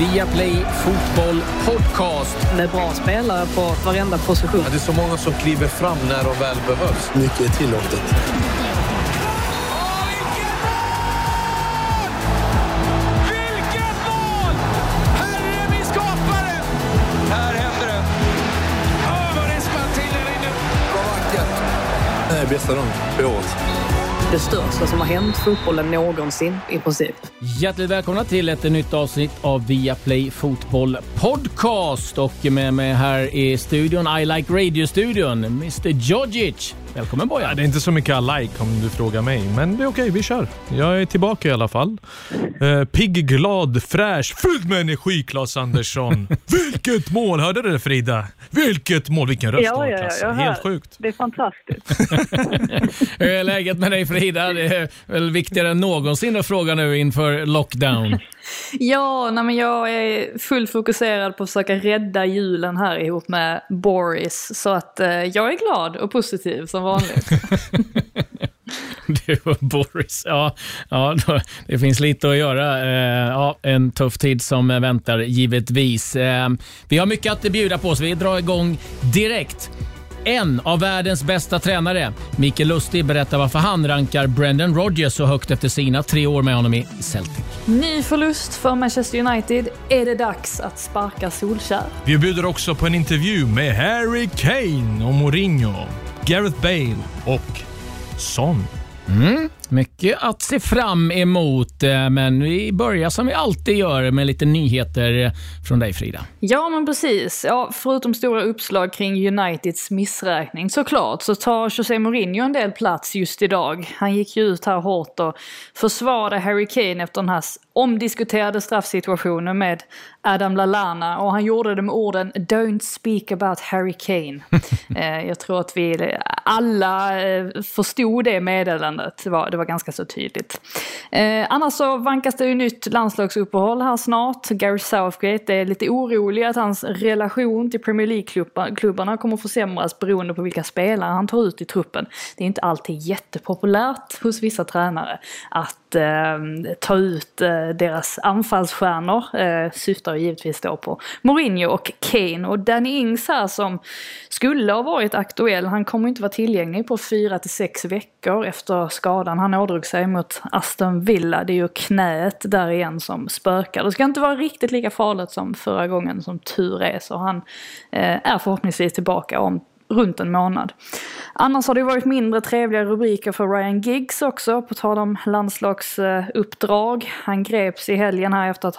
Viaplay Fotboll Podcast. Med bra spelare på varenda position. Ja, det är så många som kliver fram när de väl behövs. Mycket är tillåtet. Vilket mål! Herre min skapare! Här händer det. Vad det smäller till här inne. Vad vackert. Det är bästa dagen på året. Det största som har hänt fotbollen någonsin i princip. Hjärtligt välkomna till ett nytt avsnitt av Viaplay Fotboll Podcast. Och med mig här i studion, I Like Radio-studion, Mr. Djordjic. Välkommen Bojan. Ja, det är inte så mycket I like om du frågar mig, men det är okej, vi kör. Jag är tillbaka i alla fall. Pigg, glad, fräsch, fylld med energi, Claes Andersson. Vilket mål, hörde du det Frida? Vilket mål, vilken röst du har, Claes. Helt sjukt. Det är fantastiskt. Hur är läget med dig Frida? Det är väl viktigare än någonsin att fråga nu inför lockdown. Ja, men jag är fullt fokuserad på att försöka rädda julen här ihop med Boris. Så att jag är glad och positiv som vanligt. Du och Boris, ja då, det finns lite att göra. En tuff tid som väntar givetvis. Vi har mycket att bjuda på, så vi drar igång direkt. En av världens bästa tränare, Mikael Lustig, berättar varför han rankar Brendan Rodgers så högt efter sina 3 år med honom i Celtic. Ny förlust för Manchester United. Är det dags att sparka Solskjaer? Vi bjuder också på en intervju med Harry Kane och Mourinho, Gareth Bale och Son. Mycket att se fram emot, men vi börjar som vi alltid gör med lite nyheter från dig Frida. Ja, men precis. Ja, förutom stora uppslag kring Uniteds missräkning såklart, så tar José Mourinho en del plats just idag. Han gick ju ut här hårt och försvarade Harry Kane efter den här omdiskuterade straffsituationen med Adam Lallana, och han gjorde det med orden "Don't speak about Harry Kane". Jag tror att vi alla förstod det meddelandet. Det var ganska så tydligt. Annars så vankas det ju nytt landslagsuppehåll här snart. Gary Southgate är lite orolig att hans relation till Premier League-klubbarna kommer försämras beroende på vilka spelare han tar ut i truppen. Det är inte alltid jättepopulärt hos vissa tränare att ta ut deras anfallsstjärnor. Syftar givetvis då på Mourinho och Kane. Och Danny Ings här, som skulle ha varit aktuell, han kommer inte vara tillgänglig på 4 till 6 veckor efter skadan han ådrog sig mot Aston Villa. Det är ju knät där igen som spökar. Det ska inte vara riktigt lika farligt som förra gången, som tur är, så han är förhoppningsvis tillbaka om runt en månad. Annars har det varit mindre trevliga rubriker för Ryan Giggs också, på tal om landslagsuppdrag. Han greps i helgen här efter att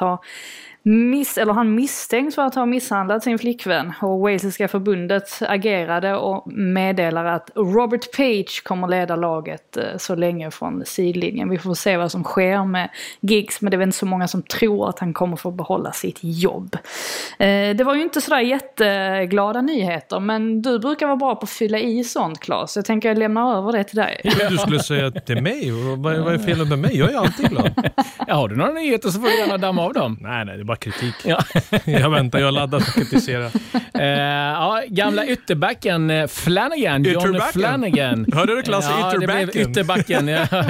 han misstänks för att ha misshandlat sin flickvän, och Walesiska förbundet agerade och meddelade att Robert Page kommer leda laget så länge från sidlinjen. Vi får se vad som sker med Giggs, men det är väl inte så många som tror att han kommer få behålla sitt jobb. Det var ju inte sådär jätteglada nyheter, men du brukar vara bra på att fylla i sånt, Claes. Jag tänker lämna över det till dig. Du skulle säga till mig, vad är felet med mig? Jag är alltid glad. Ja, har du några nyheter så får du gärna damma av dem. Nej, det är bara kritik. Ja. Jag laddar att kritisera. Gamla ytterbacken Flanagan, John Flanagan. Hörde du Claes? Ytterbacken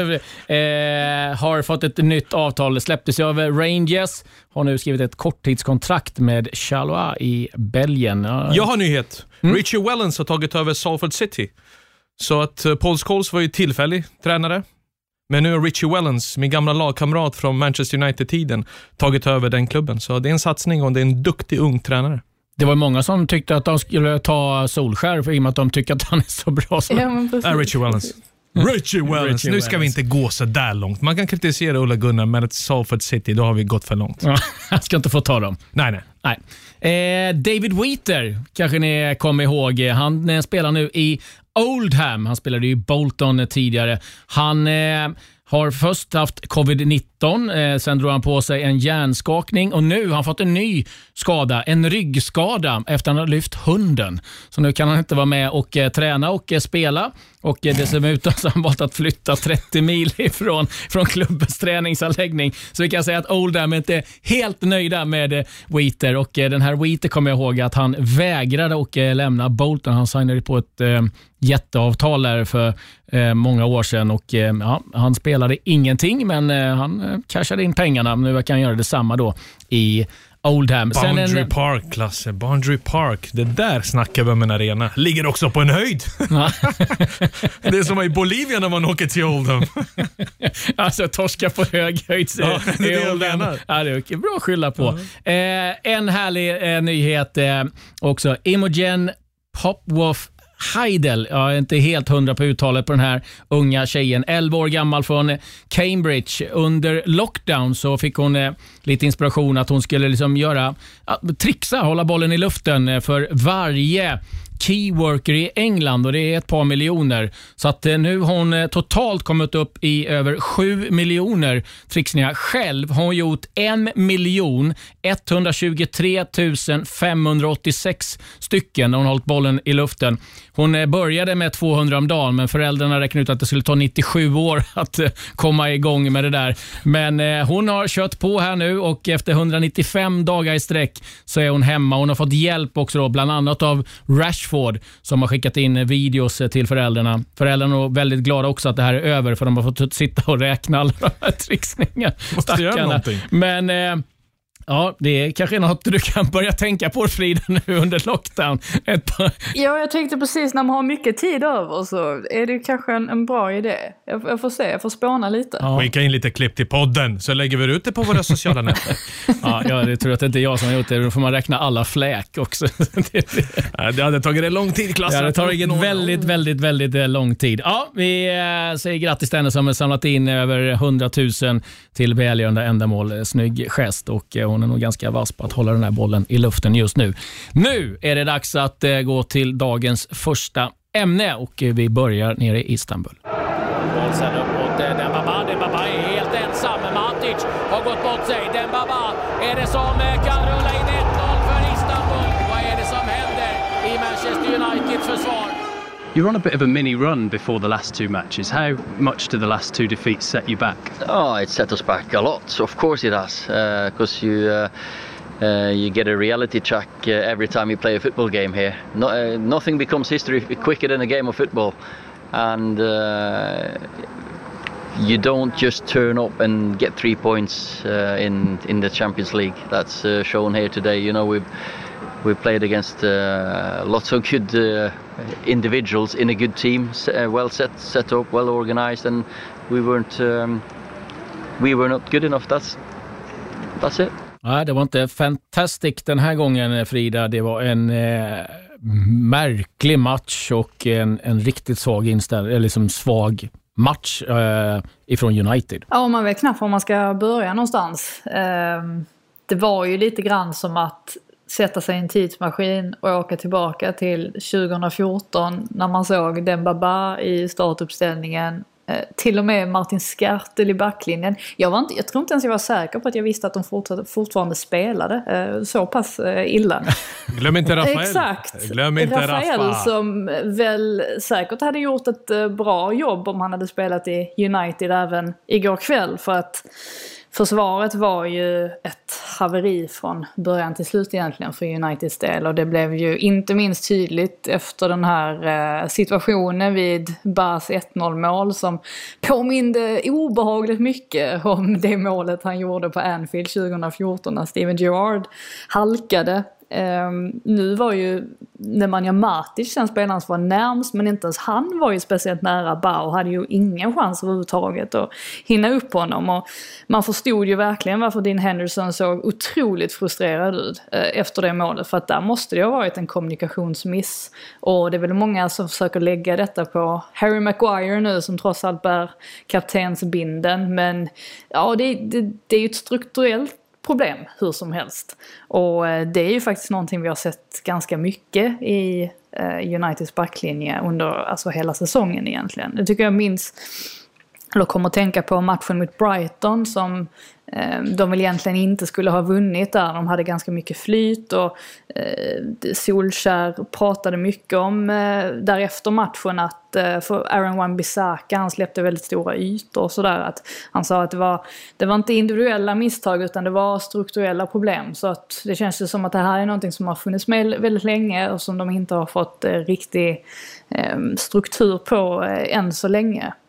har fått ett nytt avtal. Släpptes av Rangers. Har nu skrivit ett korttidskontrakt med Charleroi i Belgien. Jag har nyhet. Richie Wellens har tagit över Salford City. Så att Paul Scholes var ju tillfällig tränare. Men nu har Richie Wellens, min gamla lagkamrat från Manchester United-tiden, tagit över den klubben. Så det är en satsning och det är en duktig ung tränare. Det var många som tyckte att de skulle ta Solskjaer för i och med att de tycker att han är så bra. Richie Wellens. Richie Wellens. Nu ska vi inte gå så där långt. Man kan kritisera Ola Gunnar, men ett Salford City, då har vi gått för långt. Ja, jag ska inte få ta dem. Nej. David Wheater kanske ni kommer ihåg. Han spelar nu i Oldham. Han spelade i Bolton tidigare. Han har först haft covid-19, sen drog han på sig en hjärnskakning och nu har han fått en ny skada, en ryggskada efter att han har lyft hunden. Så nu kan han inte vara med och träna och spela, och dessutom så har han valt att flytta 30 mil från klubbens träningsanläggning. Så vi kan säga att Oldham är inte helt nöjda med Wheater, och den här Wheater kommer jag ihåg att han vägrade att lämna Bolton. Han signade på ett jätteavtal där för många år sedan, och han spelade ingenting, men han cashade in pengarna. Nu kan han göra detsamma då i Oldham. Boundary Park, Klasse. Boundary Park. Det där snackar vi om en arena. Ligger också på en höjd. Det är som i Bolivia när man åker till Oldham. Alltså torska på hög höjd. Ja, det är Oldham. Ja, det är bra att skylla på. En härlig nyhet också. Imogen Popworth Heidel, jag är inte helt 100 på uttalet på den här unga tjejen, 11 år gammal från Cambridge. Under lockdown så fick hon lite inspiration att hon skulle liksom trixa, hålla bollen i luften för varje keyworker i England, och det är ett par miljoner. Så att nu har hon totalt kommit upp i över 7 miljoner trixningar. Själv har hon gjort 1.123 586 stycken när hon har hållit bollen i luften. Hon började med 200 om dagen, men föräldrarna räknade ut att det skulle ta 97 år att komma igång med det där. Men hon har kört på här nu, och efter 195 dagar i sträck så är hon hemma. Hon har fått hjälp också då, bland annat av Rashford, som har skickat in videos till föräldrarna. Föräldrarna är väldigt glada också att det här är över, för de har fått sitta och räkna alla de här trixningarna. Måste göra någonting. Men ja, det är kanske något du kan börja tänka på, Frida, nu under lockdown. Ja, jag tänkte precis, när man har mycket tid över så är det kanske en bra idé. Jag får se, jag får spåna lite. Ja. Skicka in lite klipp till podden så lägger vi ut det på våra sociala nätter. Ja, det tror jag att det inte är jag som har gjort det. Då får man räkna alla fläk också. Det hade tagit en lång tid, Klasse. Ja, det har tagit väldigt lång tid. Ja, vi säger grattis till henne som har samlat in över 100 000 till välgörande ändamål. Snygg gest, och hon är nog ganska vass på att hålla den här bollen i luften just nu. Nu är det dags att gå till dagens första ämne, och vi börjar nere i Istanbul. Sen upp mot Dembaba. Dembaba är helt ensam. Matic har gått bort sig. Dembaba är det som kan rulla in 1-0 för Istanbul. Vad är det som händer i Manchester Uniteds försvar? You're on a bit of a mini run before the last two matches. How much do the last two defeats set you back? Oh, it set us back a lot. Of course it has, because you get a reality check every time you play a football game here. Nothing becomes history quicker than a game of football, and you don't just turn up and get 3 points in the Champions League. That's shown here today. You know, we played against lots of good individuals in a good team, well set up, well organized, and we were not good enough. That's it. Nej, det var inte fantastiskt den här gången, Frida. Det var en märklig match och en riktigt svag inställning, liksom svag match ifrån United. Ja, man vet knappt var man ska börja någonstans. Det var ju lite grann som att sätta sig i en tidsmaskin och åka tillbaka till 2014 när man såg Dembaba i startuppställningen. Till och med Martin Skrtel i backlinjen. Jag tror inte ens jag var säker på att jag visste att de fortfarande spelade. Så pass illa. Glöm inte Rafael. Exakt. Glöm inte Rafael som väl säkert hade gjort ett bra jobb om han hade spelat i United även igår kväll. För att försvaret var ju ett haveri från början till slut egentligen för Uniteds del. Och det blev ju inte minst tydligt efter den här situationen vid Bas 1-0-mål som påminde obehagligt mycket om det målet han gjorde på Anfield 2014 när Steven Gerrard halkade. Nu var ju Nemanja Matic den spelaren som var närmst, men inte ens han var ju speciellt nära Bau, hade ju ingen chans överhuvudtaget att hinna upp på honom, och man förstod ju verkligen varför Dean Henderson såg otroligt frustrerad ut efter det målet, för att där måste det ha varit en kommunikationsmiss, och det är väl många som försöker lägga detta på Harry Maguire nu som trots allt bär kaptensbinden, men ja, det är ju ett strukturellt problem hur som helst, och det är ju faktiskt någonting vi har sett ganska mycket i Uniteds backlinje under hela säsongen egentligen. Det tycker jag minns, eller kommer att tänka på matchen mot Brighton som de väl egentligen inte skulle ha vunnit där. De hade ganska mycket flyt, och Solskjær pratade mycket om därefter matchen att för Aaron Wan-Bissaka, han släppte väldigt stora ytor och sådär, att han sa att det var inte individuella misstag utan det var strukturella problem, så att det känns ju som att det här är någonting som har funnits med väldigt länge och som de inte har fått riktig struktur på än så länge.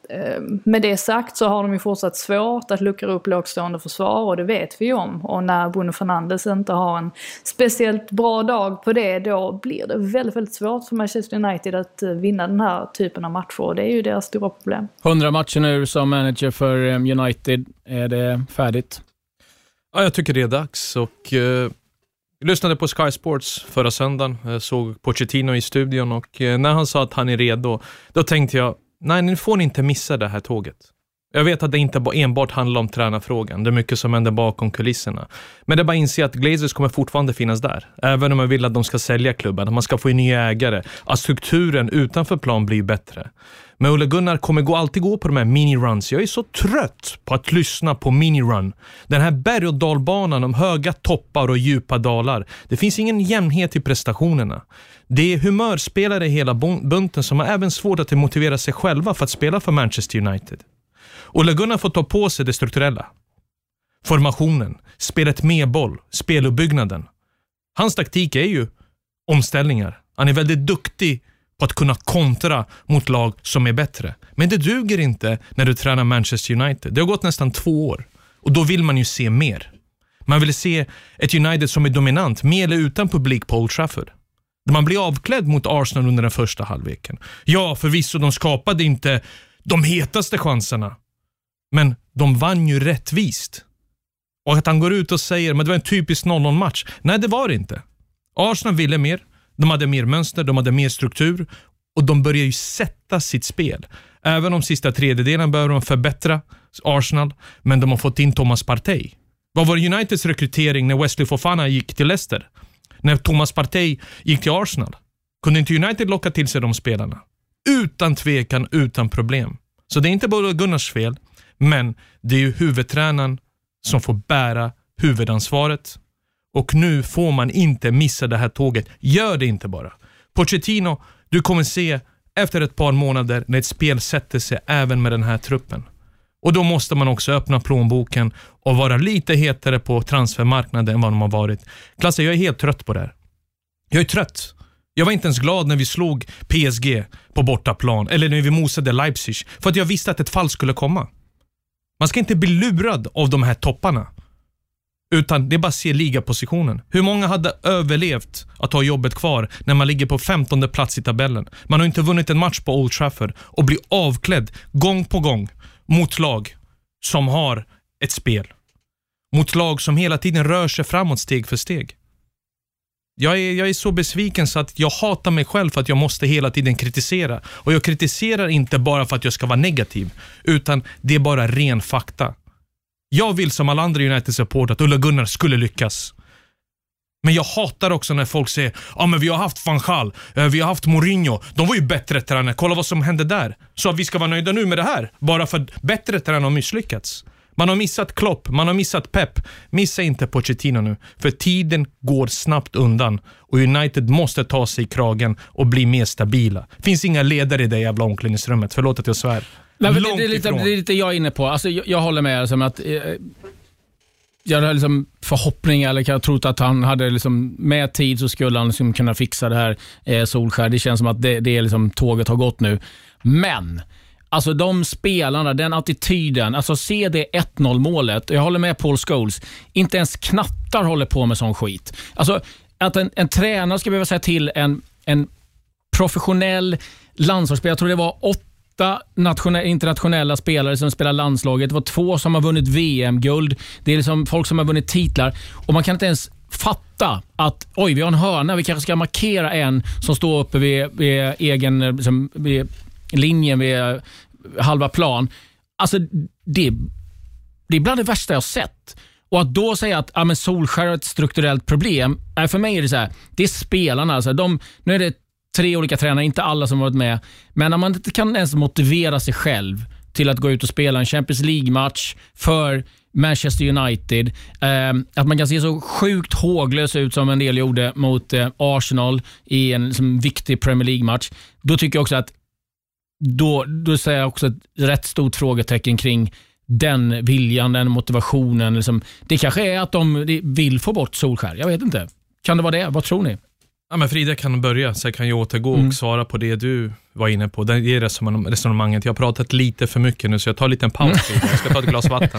Med det sagt så har de ju fortsatt svårt att luckra upp lågstående försvar, och det vet vi om. Och när Bruno Fernandes inte har en speciellt bra dag på det, då blir det väldigt, väldigt svårt för Manchester United att vinna den här typen av matcher. Och det är ju deras stora problem. 100 matcher nu som manager för United. Är det färdigt? Ja, jag tycker det är dags. Och jag lyssnade på Sky Sports förra söndagen. Jag såg Pochettino i studion, och när han sa att han är redo, då tänkte jag, nej, nu får ni inte missa det här tåget. Jag vet att det inte enbart handlar om tränarfrågan. Det är mycket som händer bakom kulisserna. Men det är bara att inse att Glazers kommer fortfarande finnas där. Även om man vill att de ska sälja klubben, att man ska få in nya ägare. Att strukturen utanför plan blir bättre. Men Ole Gunnar kommer alltid gå på de här mini-runs. Jag är så trött på att lyssna på mini-run. Den här berg- och dalbanan om höga toppar och djupa dalar. Det finns ingen jämnhet i prestationerna. Det är humörspelare i hela bunten som har även svårt att motivera sig själva för att spela för Manchester United. Ole Gunnar får ta på sig det strukturella. Formationen, spelet med boll, speluppbyggnaden. Hans taktik är ju omställningar. Han är väldigt duktig på att kunna kontra mot lag som är bättre. Men det duger inte när du tränar Manchester United. Det har gått nästan 2 år. Och då vill man ju se mer. Man vill se ett United som är dominant, med eller utan publik på Old Trafford. Där man blir avklädd mot Arsenal under den första halvleken. Ja, förvisso, de skapade inte de hetaste chanserna. Men de vann ju rättvist. Och att han går ut och säger, men det var en typisk 0-0-match. Nej, det var det inte. Arsenal ville mer. De hade mer mönster, de hade mer struktur. Och de börjar ju sätta sitt spel. Även om sista tredjedelen behöver de förbättra Arsenal. Men de har fått in Thomas Partey. Vad var Uniteds rekrytering när Wesley Fofana gick till Leicester? När Thomas Partey gick till Arsenal? Kunde inte United locka till sig de spelarna? Utan tvekan, utan problem. Så det är inte bara Gunnars fel. Men det är ju huvudtränaren som får bära huvudansvaret. Och nu får man inte missa det här tåget. Gör det inte bara. Pochettino, du kommer se efter ett par månader när ett spel sätter sig även med den här truppen. Och då måste man också öppna plånboken och vara lite hetare på transfermarknaden än vad de har varit. Klasse, jag är helt trött på det här. Jag är trött. Jag var inte ens glad när vi slog PSG på bortaplan eller när vi mosade Leipzig, för att jag visste att ett fall skulle komma. Man ska inte bli lurad av de här topparna. Utan det är bara att se ligapositionen. Hur många hade överlevt att ha jobbet kvar när man ligger på 15:e plats i tabellen? Man har inte vunnit en match på Old Trafford och blir avklädd gång på gång mot lag som har ett spel. Mot lag som hela tiden rör sig framåt steg för steg. Jag är så besviken så att jag hatar mig själv för att jag måste hela tiden kritisera. Och jag kritiserar inte bara för att jag ska vara negativ, utan det är bara ren fakta. Jag vill som alla andra United-supporter att Ole Gunnar skulle lyckas. Men jag hatar också när folk säger, ja men vi har haft Van Gaal, vi har haft Mourinho, de var ju bättre tränare, kolla vad som hände där. Så att vi ska vara nöjda nu med det här, bara för att bättre tränare har misslyckats. Man har missat Klopp, man har missat Pep. Missa inte Pochettino nu, för tiden går snabbt undan och United måste ta sig i kragen och bli mer stabila. Finns inga ledare i det jävla omklädningsrummet, förlåt att jag svär. Nej, det är lite jag är inne på. Alltså, jag håller med liksom, att jag hade liksom förhoppningar, eller jag trott att han hade liksom, med tid så skulle han liksom kunna fixa det här Solskär. Det känns som att det är liksom, tåget har gått nu. Men alltså de spelarna, den attityden, alltså se det 1-0 målet. Jag håller med Paul Scholes. Inte ens knattar håller på med sån skit. Alltså att en tränare ska behöva säga till en professionell landslagsspelare. Jag tror det var 8 internationella spelare som spelar landslaget. Det var 2 som har vunnit VM-guld. Det är liksom folk som har vunnit titlar. Och man kan inte ens fatta att oj, vi har en hörna. Vi kanske ska markera en som står uppe vid egen liksom, vid linjen vid halva plan. Alltså det är bland det värsta jag har sett. Och att då säga att men Solskär har ett strukturellt problem, för mig är det så här, det är spelarna alltså, nu är det 3 olika tränare, inte alla som varit med, men när man inte kan ens motivera sig själv till att gå ut och spela en Champions League-match för Manchester United, att man kan se så sjukt håglös ut som en del gjorde mot Arsenal i en som viktig Premier League-match, då tycker jag också att då säger jag också ett rätt stort frågetecken kring den viljan, den motivationen. Liksom. Det kanske är att de vill få bort Solskär. Jag vet inte. Kan det vara det? Vad tror ni? Ja, men Frida kan börja, så kan jag återgå och svara på det du var inne på. Det är resonemanget. Jag har pratat lite för mycket nu, så jag tar en liten paus. Jag ska ta ett glas vatten.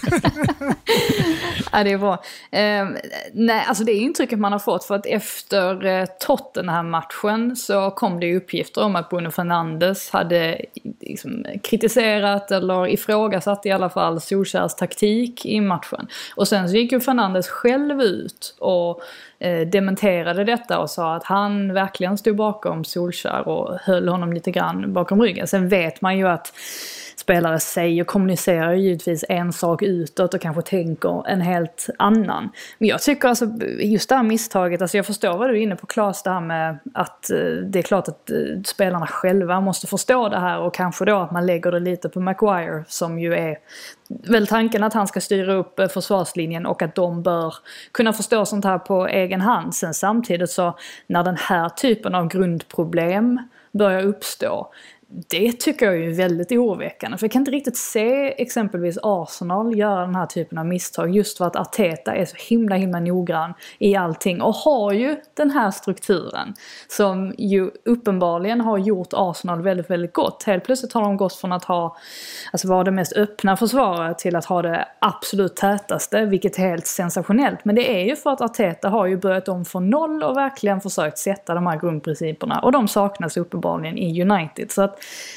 Ja, det är bra. Nej, alltså det är intrycket man har fått, för att efter Tottenham-matchen så kom det uppgifter om att Bruno Fernandes hade liksom kritiserat eller ifrågasatt i alla fall Solskjærs taktik i matchen. Och sen så gick ju Fernandes själv ut och dementerade detta och sa att han verkligen stod bakom Solskjær och höll honom lite grann bakom ryggen. Sen vet man ju att spelare säger och kommunicerar givetvis en sak utåt och kanske tänker en helt annan. Men jag tycker alltså just det här misstaget, alltså jag förstår vad du är inne på, Claes, det här med att det är klart att spelarna själva måste förstå det här, och kanske då att man lägger det lite på Maguire, som ju är väl tanken att han ska styra upp försvarslinjen och att de bör kunna förstå sånt här på egen hand. Sen samtidigt så när den här typen av grundproblem börjar uppstå, det tycker jag är väldigt oroväckande. För jag kan inte riktigt se exempelvis Arsenal göra den här typen av misstag, just för att Arteta är så himla noggrann i allting och har ju den här strukturen som ju uppenbarligen har gjort Arsenal väldigt, väldigt gott. Helt plötsligt har de gått från att vara det mest öppna försvaret till att ha det absolut tätaste, vilket är helt sensationellt. Men det är ju för att Arteta har ju börjat om från noll och verkligen försökt sätta de här grundprinciperna, och de saknas uppenbarligen i United. Så att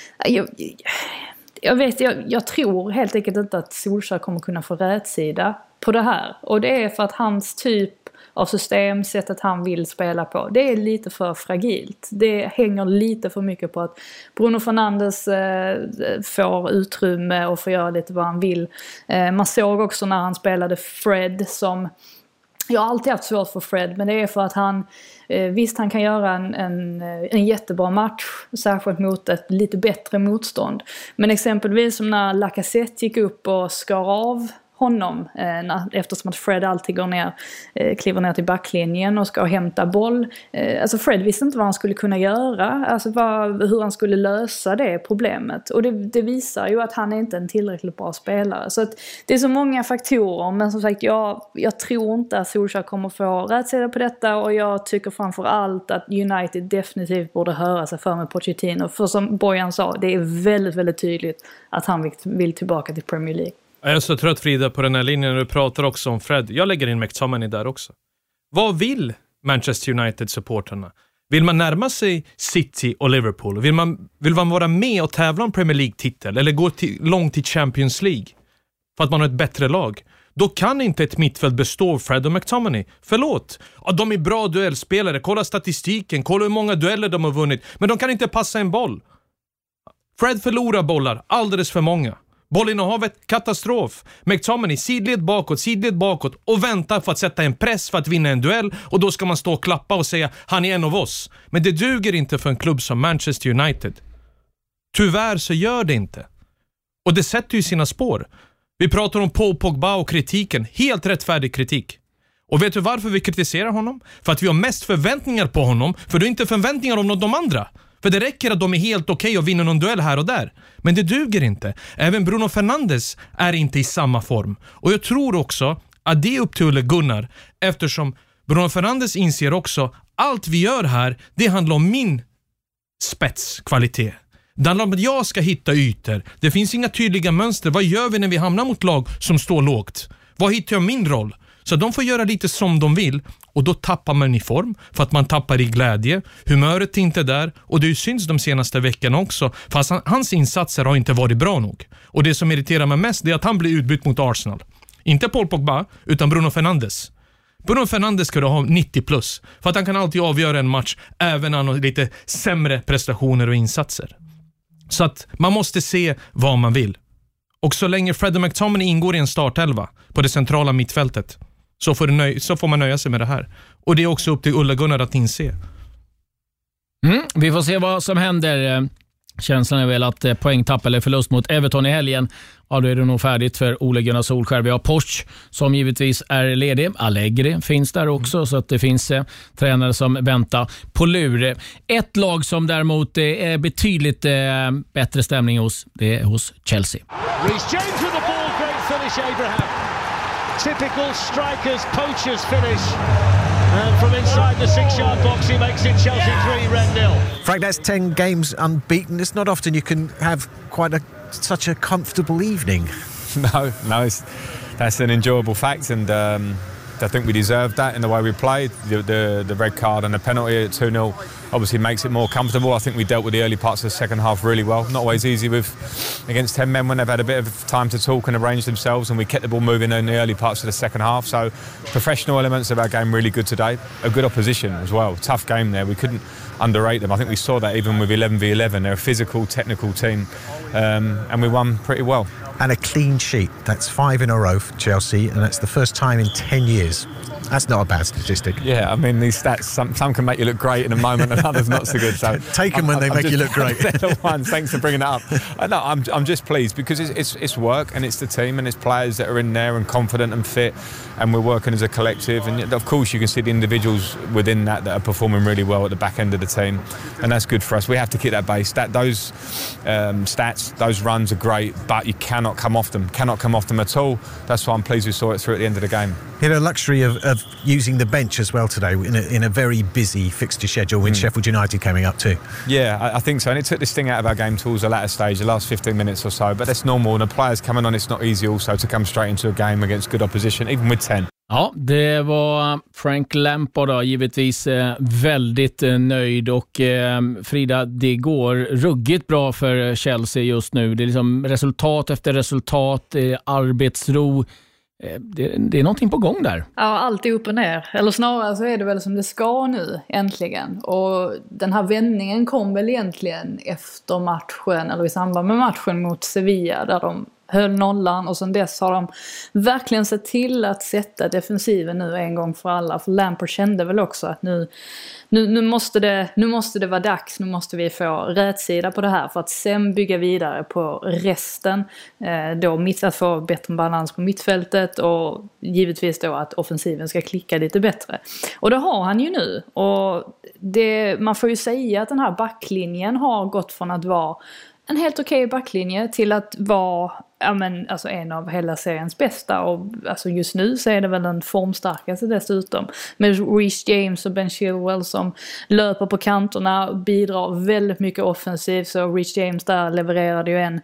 jag tror helt enkelt inte att Solskjær kommer kunna få rätsida på det här. Och det är för att hans typ av system, sättet han vill spela på, det är lite för fragilt. Det hänger lite för mycket på att Bruno Fernandes får utrymme och får göra lite vad han vill. Man såg också när han spelade Fred, som jag har alltid haft svårt för Fred, men det är för att han visst, han kan göra en jättebra match, särskilt mot ett lite bättre motstånd. Men exempelvis som när Lacazette gick upp och skar av honom, eftersom att Fred alltid kliver ner till backlinjen och ska hämta boll. Alltså Fred visste inte vad han skulle kunna göra, alltså hur han skulle lösa det problemet. Och det visar ju att han är inte en tillräckligt bra spelare. Så att det är så många faktorer, men som sagt, jag tror inte att Solskjær kommer få rätsida på detta, och jag tycker framför allt att United definitivt borde höra sig för med Pochettino. För som Bojan sa, det är väldigt, väldigt tydligt att han vill tillbaka till Premier League. Jag är så trött, Frida, på den här linjen när du pratar också om Fred. Jag lägger in McTominay där också. Vad vill Manchester United-supporterna? Vill man närma sig City och Liverpool? Vill man vara med och tävla om Premier League-titel? Eller gå långt till Champions League? För att man har ett bättre lag? Då kan inte ett mittfält bestå av Fred och McTominay. Förlåt. Ja, de är bra duellspelare. Kolla statistiken. Kolla hur många dueller de har vunnit. Men de kan inte passa en boll. Fred förlorar bollar. Alldeles för många. Bollinnehavet, katastrof. McTominay sidled bakåt och väntar för att sätta en press för att vinna en duell, och då ska man stå och klappa och säga han är en av oss. Men det duger inte för en klubb som Manchester United. Tyvärr så gör det inte. Och det sätter ju sina spår. Vi pratar om Paul Pogba och kritiken, helt rättfärdig kritik. Och vet du varför vi kritiserar honom? För att vi har mest förväntningar på honom, för det är inte förväntningar om de andra. För det räcker att de är helt okej och vinner någon duell här och där. Men det duger inte. Även Bruno Fernandes är inte i samma form. Och jag tror också att det är upp till Ole Gunnar, eftersom Bruno Fernandes inser också allt vi gör här, det handlar om min spetskvalitet. Det handlar om att jag ska hitta ytor. Det finns inga tydliga mönster. Vad gör vi när vi hamnar mot lag som står lågt? Vad hittar jag min roll? Så de får göra lite som de vill, och då tappar man i form för att man tappar i glädje. Humöret är inte där, och det syns de senaste veckorna också, fast hans insatser har inte varit bra nog. Och det som irriterar mig mest är att han blir utbytt mot Arsenal. Inte Paul Pogba, utan Bruno Fernandes. Bruno Fernandes ska då ha 90 plus, för att han kan alltid avgöra en match även när han har lite sämre prestationer och insatser. Så att man måste se vad man vill. Och så länge Fred och McTominay ingår i en startelva på det centrala mittfältet, så får man nöja sig med det här. Och det är också upp till Ole Gunnar att inse. Vi får se vad som händer. Känslan är väl att poängtapp eller förlust mot Everton i helgen, ja, då är det nog färdigt för Ole Gunnar Solskjær. Vi har Poch som givetvis är ledig. Allegri finns där också, så att det finns tränare som väntar på lur. Ett lag som däremot är betydligt bättre stämning hos, det är hos Chelsea. Reece James with the ball, great finish, Abraham. Typical strikers, poachers finish. And from inside the 6-yard box, he makes it Chelsea 3, Red 0. Frank, that's 10 games unbeaten. It's not often you can have such a comfortable evening. No, that's an enjoyable fact, and I think we deserved that in the way we played. The red card and the penalty at 2-0 obviously makes it more comfortable. I think we dealt with the early parts of the second half really well. Not always easy against 10 men when they've had a bit of time to talk and arrange themselves, and we kept the ball moving in the early parts of the second half. So professional elements of our game really good today. A good opposition as well. Tough game there. We couldn't underrate them. I think we saw that even with 11v11. They're a physical, technical team, and we won pretty well. And a clean sheet. That's 5 in a row for Chelsea, and that's the first time in 10 years. That's not a bad statistic. Yeah, I mean, these stats, some can make you look great in a moment and others not so good. So take them when they make you look great. They're the ones. Thanks for bringing it up. No, I'm just pleased because it's work, and it's the team and it's players that are in there and confident and fit, and we're working as a collective. And of course, you can see the individuals within that are performing really well at the back end of the team, and that's good for us. We have to keep that base. Those stats, those runs are great, but you cannot come off them. Cannot come off them at all. That's why I'm pleased we saw it through at the end of the game. You had a luxury of using the bench as well today in a very busy fixture schedule with Sheffield United coming up too. Yeah, I think so. And it took this thing out of our game towards the latter stage, the last 15 minutes or so. But that's normal. And the players coming on, it's not easy also to come straight into a game against good opposition, even with 10. Ja, det var Frank Lampard då, givetvis väldigt nöjd, och Frida, det går ruggigt bra för Chelsea just nu. Det är liksom resultat efter resultat, arbetsro. Det är någonting på gång där. Ja, allt är upp och ner. Eller snarare så är det väl som det ska nu, äntligen. Och den här vändningen kom väl egentligen efter matchen, eller i samband med matchen mot Sevilla, där de höll nollan, och sen dess har de verkligen sett till att sätta defensiven nu en gång för alla. För Lampard kände väl också att nu måste det vara dags, nu måste vi få rätsida på det här för att sen bygga vidare på resten. Då att få bättre balans på mittfältet, och givetvis då att offensiven ska klicka lite bättre. Och det har han ju nu, och man får ju säga att den här backlinjen har gått från att vara en helt okej backlinje till att vara en av hela seriens bästa, och alltså just nu så är det väl den formstarkaste dessutom, med Reece James och Ben Chilwell som löper på kanterna och bidrar väldigt mycket offensivt. Så Reece James där levererade ju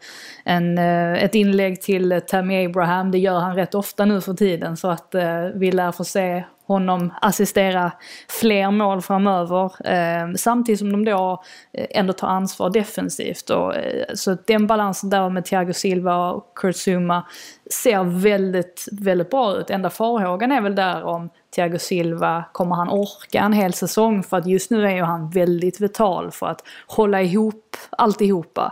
ett inlägg till Tammy Abraham. Det gör han rätt ofta nu för tiden, så att vi lär få se honom assistera fler mål framöver, samtidigt som de då ändå tar ansvar defensivt. Så den balansen där med Thiago Silva och Kurt Zouma ser väldigt, väldigt bra ut. Enda farhågan är väl där om Thiago Silva, kommer han orka en hel säsong? För att just nu är ju han väldigt vital för att hålla ihop alltihopa.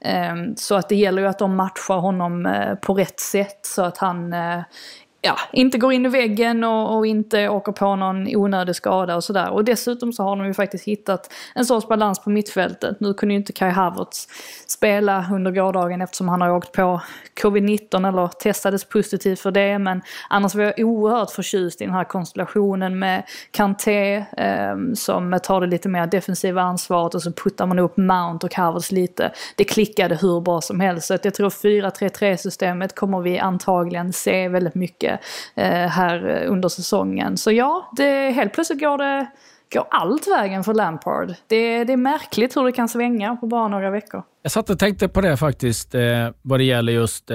Så att det gäller ju att de matchar honom på rätt sätt, så att han inte går in i väggen och inte åker på någon onödig skada och sådär. Och dessutom så har de ju faktiskt hittat en sorts balans på mittfältet. Nu kunde ju inte Kai Havertz spela under gårdagen eftersom han har åkt på covid-19 eller testades positivt för det. Men annars var jag oerhört förtjust i den här konstellationen med Kanté som tar det lite mer defensiva ansvaret, och så puttar man upp Mount och Havertz lite. Det klickade hur bra som helst. Så att jag tror 4-3-3-systemet kommer vi antagligen se väldigt mycket här under säsongen. Så ja, helt plötsligt går allt vägen för Lampard. Det är märkligt hur det kan svänga på bara några veckor. Jag satt och tänkte på det faktiskt, vad det gäller just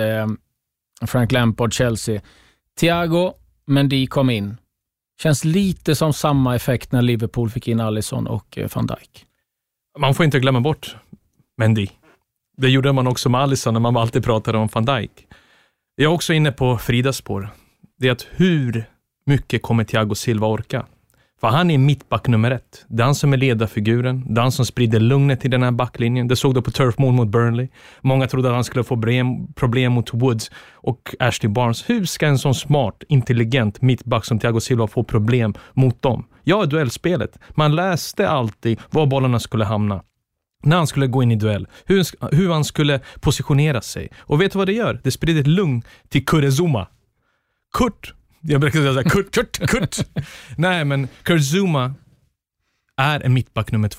Frank Lampard, Chelsea. Thiago Mendy kom in. Känns lite som samma effekt när Liverpool fick in Alisson och Van Dijk. Man får inte glömma bort Mendy. Det gjorde man också med Alisson när man alltid pratade om Van Dijk. Jag är också inne på Fridas spår. Det är att hur mycket kommer Thiago Silva orka? För han är mittback nummer 1. Det är han som är ledarfiguren. Det är han som sprider lugnet i den här backlinjen. Det såg du på Turf Moor mot Burnley. Många trodde att han skulle få problem mot Woods och Ashley Barnes. Hur ska en sån smart, intelligent mittback som Thiago Silva få problem mot dem? Ja, duellspelet. Man läste alltid var bollarna skulle hamna. När han skulle gå in i duell, hur han skulle positionera sig. Och vet du vad det gör? Det sprider ett lugn till Kurt Zouma. Jag brukar säga Kurt. Nej, men Kurt Zouma är en mittback nummer 2.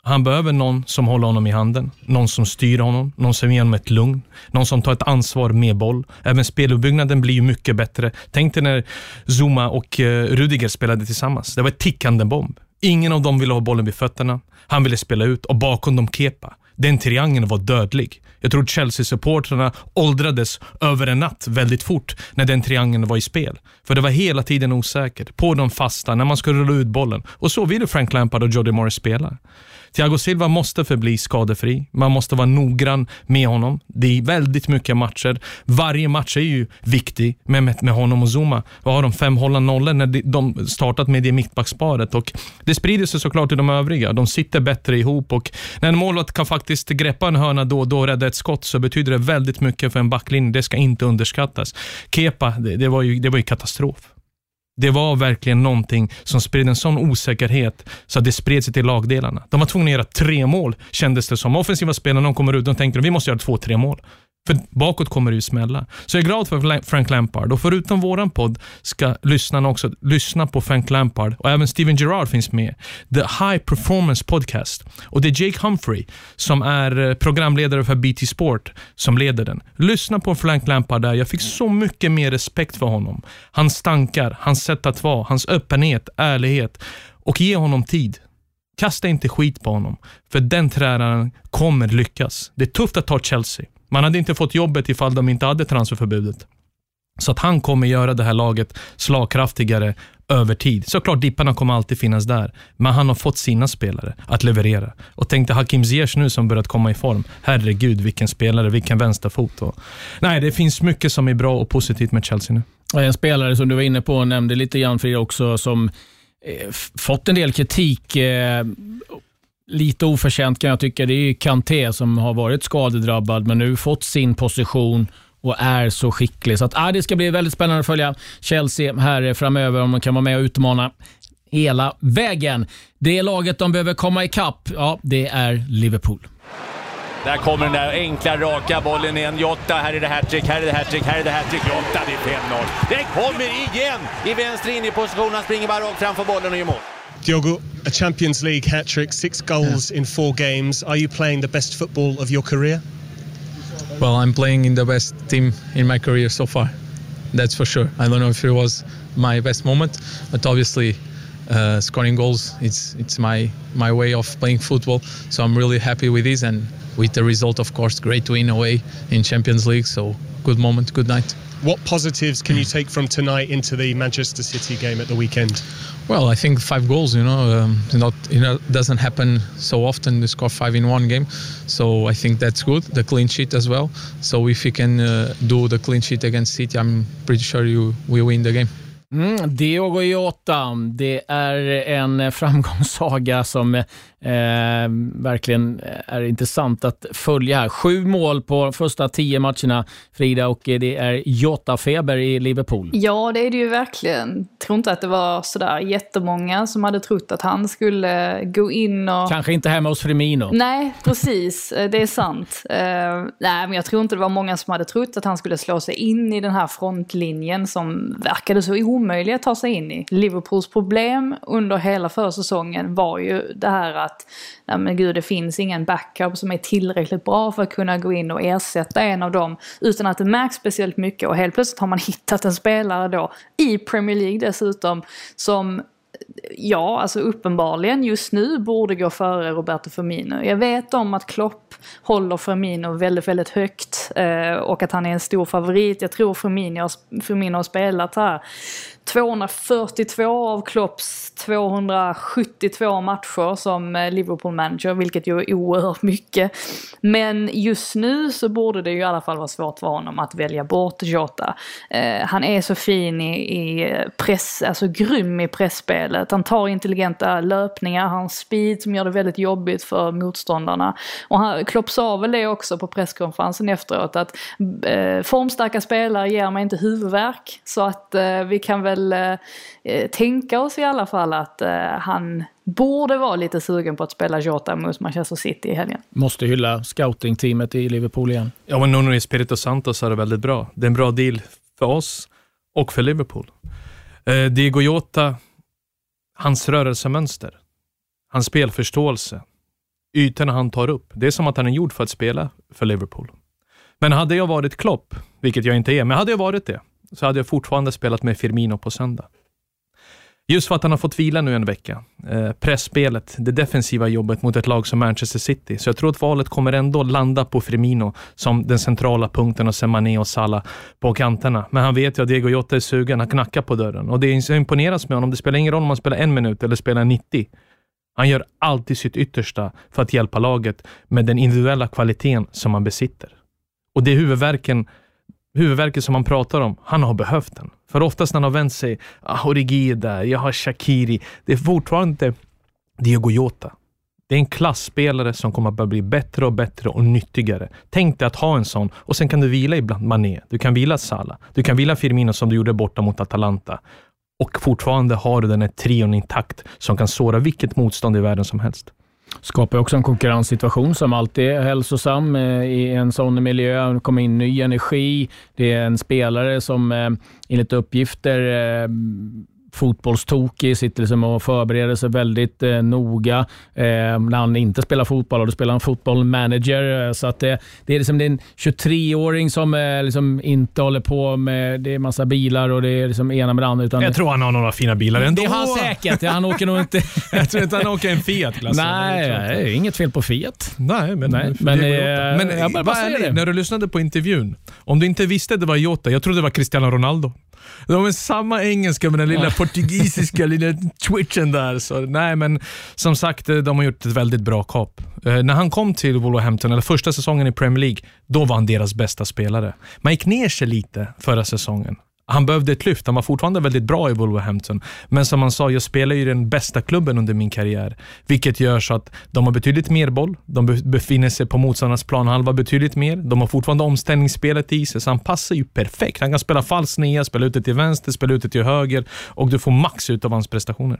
Han behöver någon som håller honom i handen, någon som styr honom, någon som ger honom ett lugn, någon som tar ett ansvar med boll. Även speluppbyggnaden blir ju mycket bättre. Tänk dig när Zuma och Rudiger spelade tillsammans. Det var ett tickande bomb. Ingen av dem ville ha bollen vid fötterna. Han ville spela ut och bakom dem Kepa. Den triangeln var dödlig. Jag tror Chelsea-supporterna åldrades över en natt väldigt fort när den triangeln var i spel. För det var hela tiden osäkert. På de fasta, när man skulle rulla ut bollen. Och så ville Frank Lampard och Jody Morris spela. Thiago Silva måste förbli skadefri. Man måste vara noggrann med honom. Det är väldigt mycket matcher. Varje match är ju viktig med honom och Zuma. Vad har de 5 hållande när de startat med det mittbacksparet? Och det sprider sig såklart till de övriga. De sitter bättre ihop och när en målvakt kan faktiskt greppa en hörna då och rädda ett skott så betyder det väldigt mycket för en backlinje. Det ska inte underskattas. Kepa, det var ju katastrof. Det var verkligen någonting som spred en sån osäkerhet så att det spred sig till lagdelarna. De var tvungna att göra 3 mål, kändes det som. Offensiva spelarna, de kommer ut och tänkte att vi måste göra 2-3 mål. För bakåt kommer det ju smälla. Så jag är glad för Frank Lampard. Och förutom våran podd ska lyssnarna också lyssna på Frank Lampard. Och även Steven Gerrard finns med. The High Performance Podcast. Och det är Jake Humphrey som är programledare för BT Sport som leder den. Lyssna på Frank Lampard där. Jag fick så mycket mer respekt för honom. Hans tankar, hans sätt att vara, hans öppenhet, ärlighet. Och ge honom tid. Kasta inte skit på honom. För den tränaren kommer lyckas. Det är tufft att ta Chelsea. Man hade inte fått jobbet ifall de inte hade transferförbudet. Så att han kommer göra det här laget slagkraftigare över tid. Såklart dipparna kommer alltid finnas där. Men han har fått sina spelare att leverera. Och tänkte Hakim Ziyech nu som börjat komma i form. Herregud, vilken spelare, vilken vänsterfot. Nej, det finns mycket som är bra och positivt med Chelsea nu. En spelare som du var inne på och nämnde lite grann Frida också som fått en del kritik. Lite oförtjänt kan jag tycka. Det är Kanté som har varit skadedrabbad men nu fått sin position och är så skicklig. Så att, det ska bli väldigt spännande att följa Chelsea här framöver om de kan vara med och utmana hela vägen. Det laget de behöver komma ikapp, det är Liverpool. Där kommer den där enkla raka bollen igen. Jota, här är det hattrick, här är det hattrick, här är det hattrick. Jota, det är 5-0. Den kommer igen i vänster in i position. Han springer bara rakt framför bollen och gör mål. Diogo, a Champions League hat-trick, 6 goals in 4 games. Are you playing the best football of your career? Well, I'm playing in the best team in my career so far. That's for sure. I don't know if it was my best moment, but obviously scoring goals, it's my way of playing football. So I'm really happy with this and with the result, of course, great win away in Champions League. So good moment, good night. What positives can you take from tonight into the Manchester City game at the weekend? Well, I think 5 goals, doesn't happen so often to score 5 in one game. So I think that's good. The clean sheet as well. So if you can do the clean sheet against City, I'm pretty sure you will win the game. Diogo Jota, det är en framgångssaga som verkligen är intressant att följa här. 7 mål på första 10 matcherna, Frida, och det är Jota-feber i Liverpool. Ja, det är det ju verkligen. Jag tror inte att det var sådär jättemånga som hade trott att han skulle gå in och... Kanske inte hemma hos Firmino. Nej, precis. Det är sant. Nej, men jag tror inte det var många som hade trott att han skulle slå sig in i den här frontlinjen som verkade så omöjlig att ta sig in i. Liverpools problem under hela försäsongen var ju det här att det finns ingen backup som är tillräckligt bra för att kunna gå in och ersätta en av dem utan att det märks speciellt mycket, och helt plötsligt har man hittat en spelare då i Premier League dessutom som uppenbarligen just nu borde gå före Roberto Firmino. Jag vet om att Klopp håller Firmino väldigt, väldigt högt och att han är en stor favorit. Jag tror Firmino har spelat här 242 av Klopps 272 matcher som Liverpool-manager, vilket ju är oerhört mycket. Men just nu så borde det ju i alla fall vara svårt för honom att välja bort Jota. Han är så fin i press, alltså grym i pressspelet. Han tar intelligenta löpningar, han har speed som gör det väldigt jobbigt för motståndarna. Och Klopp sa väl det också på presskonferensen efteråt, att formstarka spelare ger mig inte huvudvärk, så att vi kan väl tänka oss i alla fall att han borde vara lite sugen på att spela Jota mot Manchester City i helgen. Måste hylla scouting-teamet i Liverpool igen. Ja, men Nuno Espirito Santo så är det väldigt bra. Det är en bra deal för oss och för Liverpool. Diogo Jota, hans rörelsemönster, hans spelförståelse, ytorna han tar upp. Det är som att han är gjord för att spela för Liverpool. Men hade jag varit Klopp, vilket jag inte är, men hade jag varit det, så hade jag fortfarande spelat med Firmino på söndag. Just för att han har fått vila nu en vecka. Pressspelet, det defensiva jobbet mot ett lag som Manchester City. Så jag tror att valet kommer ändå landa på Firmino som den centrala punkten och sen Mané och Salah på kanterna. Men han vet ju att Diego Jota är sugen, han knackar på dörren. Och det imponeras med honom. Det spelar ingen roll om man spelar 1 minut eller spelar 90. Han gör alltid sitt yttersta för att hjälpa laget med den individuella kvaliteten som han besitter. Och det är huvudverken som man pratar om, han har behövt den. För oftast när han har vänt sig, Origi där, jag har Shaqiri. Det är fortfarande Diego Jota. Det är en klassspelare som kommer att bli bättre och bättre och nyttigare. Tänk dig att ha en sån och sen kan du vila ibland Mané. Du kan vila Salah. Du kan vila Firmino som du gjorde borta mot Atalanta. Och fortfarande har du den här trion intakt som kan såra vilket motstånd i världen som helst. Skapar också en konkurrenssituation som alltid är hälsosam i en sån miljö. Det kommer in ny energi. Det är en spelare som enligt uppgifter fotbollstokig, sitter liksom och förbereder sig väldigt noga när han inte spelar fotboll, och då spelar han fotbollmanager, så att det är liksom en 23-åring som liksom inte håller på med, det är massa bilar och det är liksom ena med det andra, utan jag tror han har några fina bilar ändå. Det har han säkert, han åker nog inte jag tror inte han åker en Fiat-klass. Nej, det är inget fel på Fiat. Men jag bara säger det. När du lyssnade på intervjun, om du inte visste det var Jota, jag trodde det var Cristiano Ronaldo. De är samma engelska med den lilla portugisiska lilla twitchen där. Så, nej, men som sagt, de har gjort ett väldigt bra kap. När han kom till Wolverhampton, eller första säsongen i Premier League, då var han deras bästa spelare. Man gick ner sig lite förra säsongen. Han behövde ett lyft, han var fortfarande väldigt bra i Wolverhampton. Men som han sa, jag spelar ju den bästa klubben under min karriär. Vilket gör så att de har betydligt mer boll. De befinner sig på motståndarnas planhalva betydligt mer. De har fortfarande omställningsspelet i sig, så han passar ju perfekt. Han kan spela falsk nia, spela ute till vänster, spela ute till höger. Och du får max ut av hans prestationer.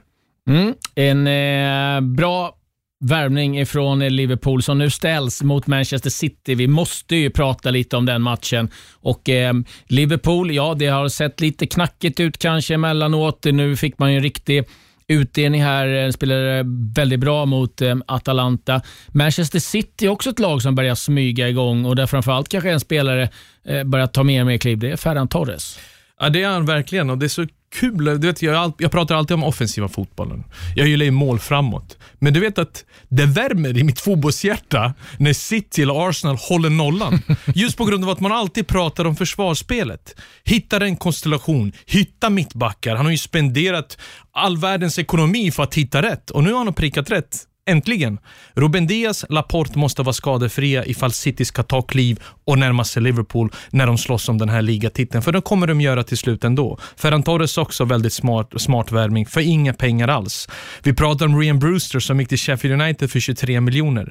En bra värvning ifrån Liverpool som nu ställs mot Manchester City. Vi måste ju prata lite om den matchen. Och Liverpool, ja, det har sett lite knackigt ut kanske emellanåt. Nu fick man ju en riktig utdelning här. Spelade väldigt bra mot Atalanta. Manchester City är också ett lag som börjar smyga igång, och där framförallt kanske en spelare börjar ta mer och mer kliv. Det är Ferran Torres. Ja, det är han verkligen, och det är så kul. Du vet, jag pratar alltid om offensiva fotbollen. Jag gillar ju mål framåt. Men du vet att det värmer i mitt fotbollshjärta när City eller Arsenal håller nollan. Just på grund av att man alltid pratar om försvarsspelet. Hittar en konstellation, hitta mittbackar. Han har ju spenderat all världens ekonomi för att hitta rätt. Och nu har han prickat rätt. Äntligen. Ruben Dias, Laporte måste vara skadefria ifall City ska ta kliv och närma sig Liverpool när de slåss om den här ligatiteln. För det kommer de göra till slut ändå. Ferran Torres också väldigt smart värvning för inga pengar alls. Vi pratar om Ryan Brewster som gick till Sheffield United för 23 miljoner.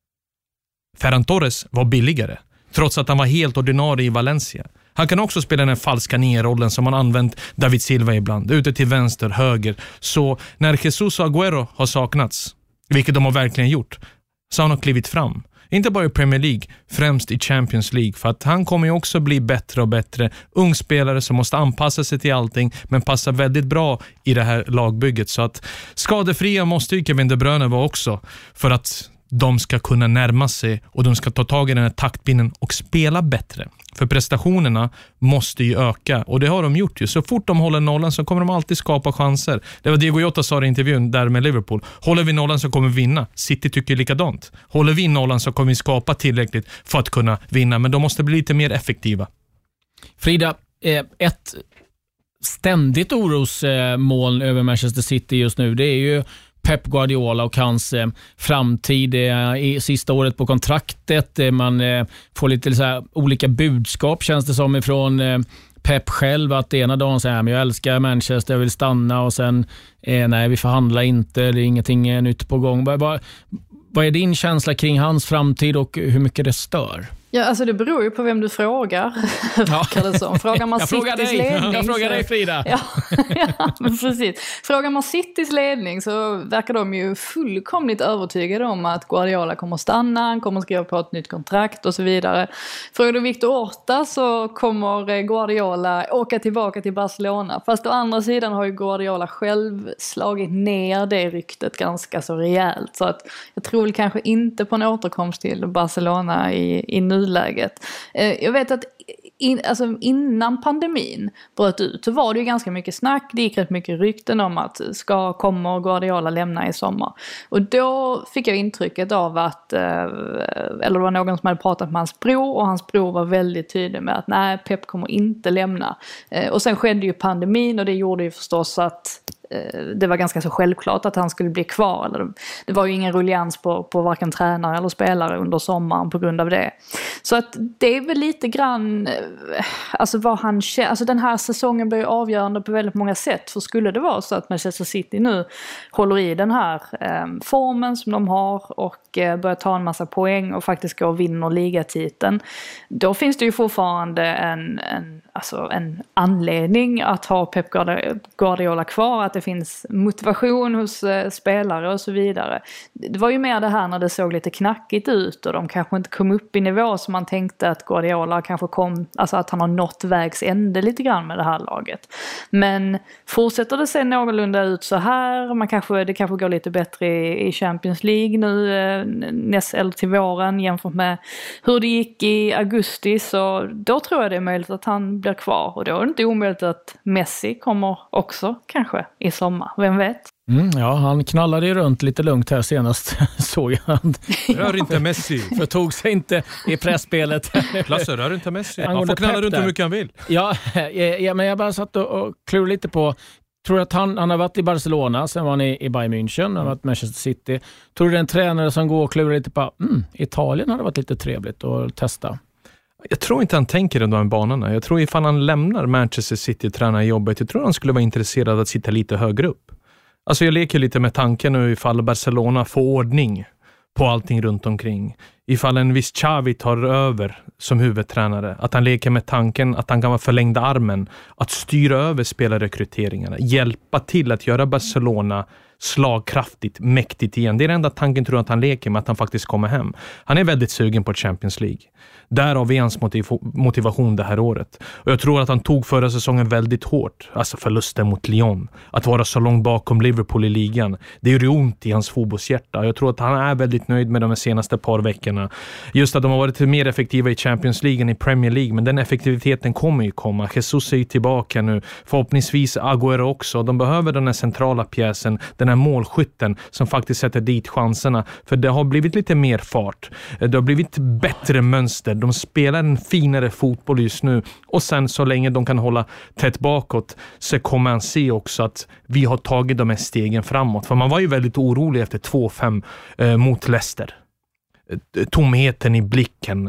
Ferran Torres var billigare, trots att han var helt ordinarie i Valencia. Han kan också spela den falska nia-rollen som man använt David Silva ibland. Ute till vänster, höger. Så när Jesus och Agüero har saknats, vilket de har verkligen gjort, så han har klivit fram. Inte bara i Premier League, främst i Champions League. För att han kommer ju också bli bättre och bättre. Ung spelare som måste anpassa sig till allting, men passar väldigt bra i det här lagbygget. Så att skadefria måste ju Kevin De Bruyne vara också, för att de ska kunna närma sig och de ska ta tag i den här taktpinnen och spela bättre. För prestationerna måste ju öka, och det har de gjort ju. Så fort de håller nollan så kommer de alltid skapa chanser. Det var Diego Jota sa i intervjun där med Liverpool. Håller vi nollan så kommer vi vinna. City tycker likadant. Håller vi nollan så kommer vi skapa tillräckligt för att kunna vinna, men de måste bli lite mer effektiva. Frida, ett ständigt orosmoln över Manchester City just nu, det är ju Pep Guardiola och hans framtid i sista året på kontraktet. Man får lite så här olika budskap, känns det som, ifrån Pep själv, att ena dagen säger han, jag älskar Manchester, jag vill stanna, och sen nej, vi förhandlar inte, det är ingenting nytt på gång. Vad är din känsla kring hans framtid och hur mycket det stör? Ja, alltså det beror ju på vem du frågar. Frågar man Citys ledning... Jag frågar dig, Frida. Ja, men precis. Frågar man Citys ledning så verkar de ju fullkomligt övertygade om att Guardiola kommer stanna, han kommer skriva på ett nytt kontrakt och så vidare. Frågar du Victor Orta så kommer Guardiola åka tillbaka till Barcelona. Fast å andra sidan har ju Guardiola själv slagit ner det ryktet ganska så rejält. Så att jag tror väl kanske inte på en återkomst till Barcelona i nuläget. Jag vet att innan pandemin bröt ut så var det ju ganska mycket snack. Det gick rätt mycket rykten om att kommer Guardiola lämna i sommar. Och då fick jag intrycket av att eller det var någon som hade pratat med hans bror och hans bror var väldigt tydlig med att nej, Pep kommer inte lämna. Och sen skedde ju pandemin och det gjorde ju förstås att det var ganska så självklart att han skulle bli kvar. Eller det var ju ingen ruljans på varken tränare eller spelare under sommaren på grund av det. Så att det är väl lite grann alltså vad han alltså den här säsongen blir avgörande på väldigt många sätt. För skulle det vara så att Manchester City nu håller i den här formen som de har och börjar ta en massa poäng och faktiskt gå och vinna ligatiteln, då finns det ju fortfarande en anledning att ha Pep Guardiola kvar, att det finns motivation hos spelare och så vidare. Det var ju mer det här när det såg lite knackigt ut och de kanske inte kom upp i nivå som man tänkte att Guardiola kanske alltså att han har nått vägs ände lite grann med det här laget. Men fortsätter det se någorlunda ut så här, det kanske går lite bättre i Champions League nu eller till våren jämfört med hur det gick i augusti, så då tror jag det är möjligt att han blir kvar. Och då är det inte omöjligt att Messi kommer också kanske i sommar. Vem vet? Ja, han knallade ju runt lite lugnt här senast, såg jag. Rör inte Messi. Förtog sig inte i pressspelet. Lasse, rör inte Messi. Han får knalla runt hur mycket han vill. Ja, men jag bara satt och klurade lite på. Tror att han har varit i Barcelona, sen var han i Bayern München, han har varit i Manchester City. Tror du det är en tränare som går och klurar lite på Italien hade varit lite trevligt att testa? Jag tror inte han tänker ändå en banorna. Jag tror ifall han lämnar Manchester City tränarjobbet, jag tror han skulle vara intresserad att sitta lite högre upp. Alltså jag leker lite med tanken nu ifall Barcelona får ordning på allting runt omkring. Ifall en viss Xavi tar över som huvudtränare, att han leker med tanken att han kan vara förlängda armen, att styra över spelarrekryteringarna, hjälpa till att göra Barcelona slagkraftigt, mäktigt igen. Det är den enda tanken tror jag att han leker med, att han faktiskt kommer hem. Han är väldigt sugen på Champions League. Därav är hans motivation det här året. Och jag tror att han tog förra säsongen väldigt hårt. Alltså förlusten mot Lyon. Att vara så långt bakom Liverpool i ligan. Det gör ju ont i hans fotbollshjärta. Jag tror att han är väldigt nöjd med de senaste par veckorna. Just att de har varit mer effektiva i Champions League än i Premier League. Men den effektiviteten kommer ju komma. Jesus är ju tillbaka nu. Förhoppningsvis Agüero också. De behöver den här centrala pjäsen. Den här målskytten som faktiskt sätter dit chanserna. För det har blivit lite mer fart. Det har blivit bättre mönster. De spelar en finare fotboll just nu. Och sen så länge de kan hålla tätt bakåt så kommer man se också att vi har tagit de här stegen framåt. För man var ju väldigt orolig efter 2-5 mot Leicester. Tomheten i blicken.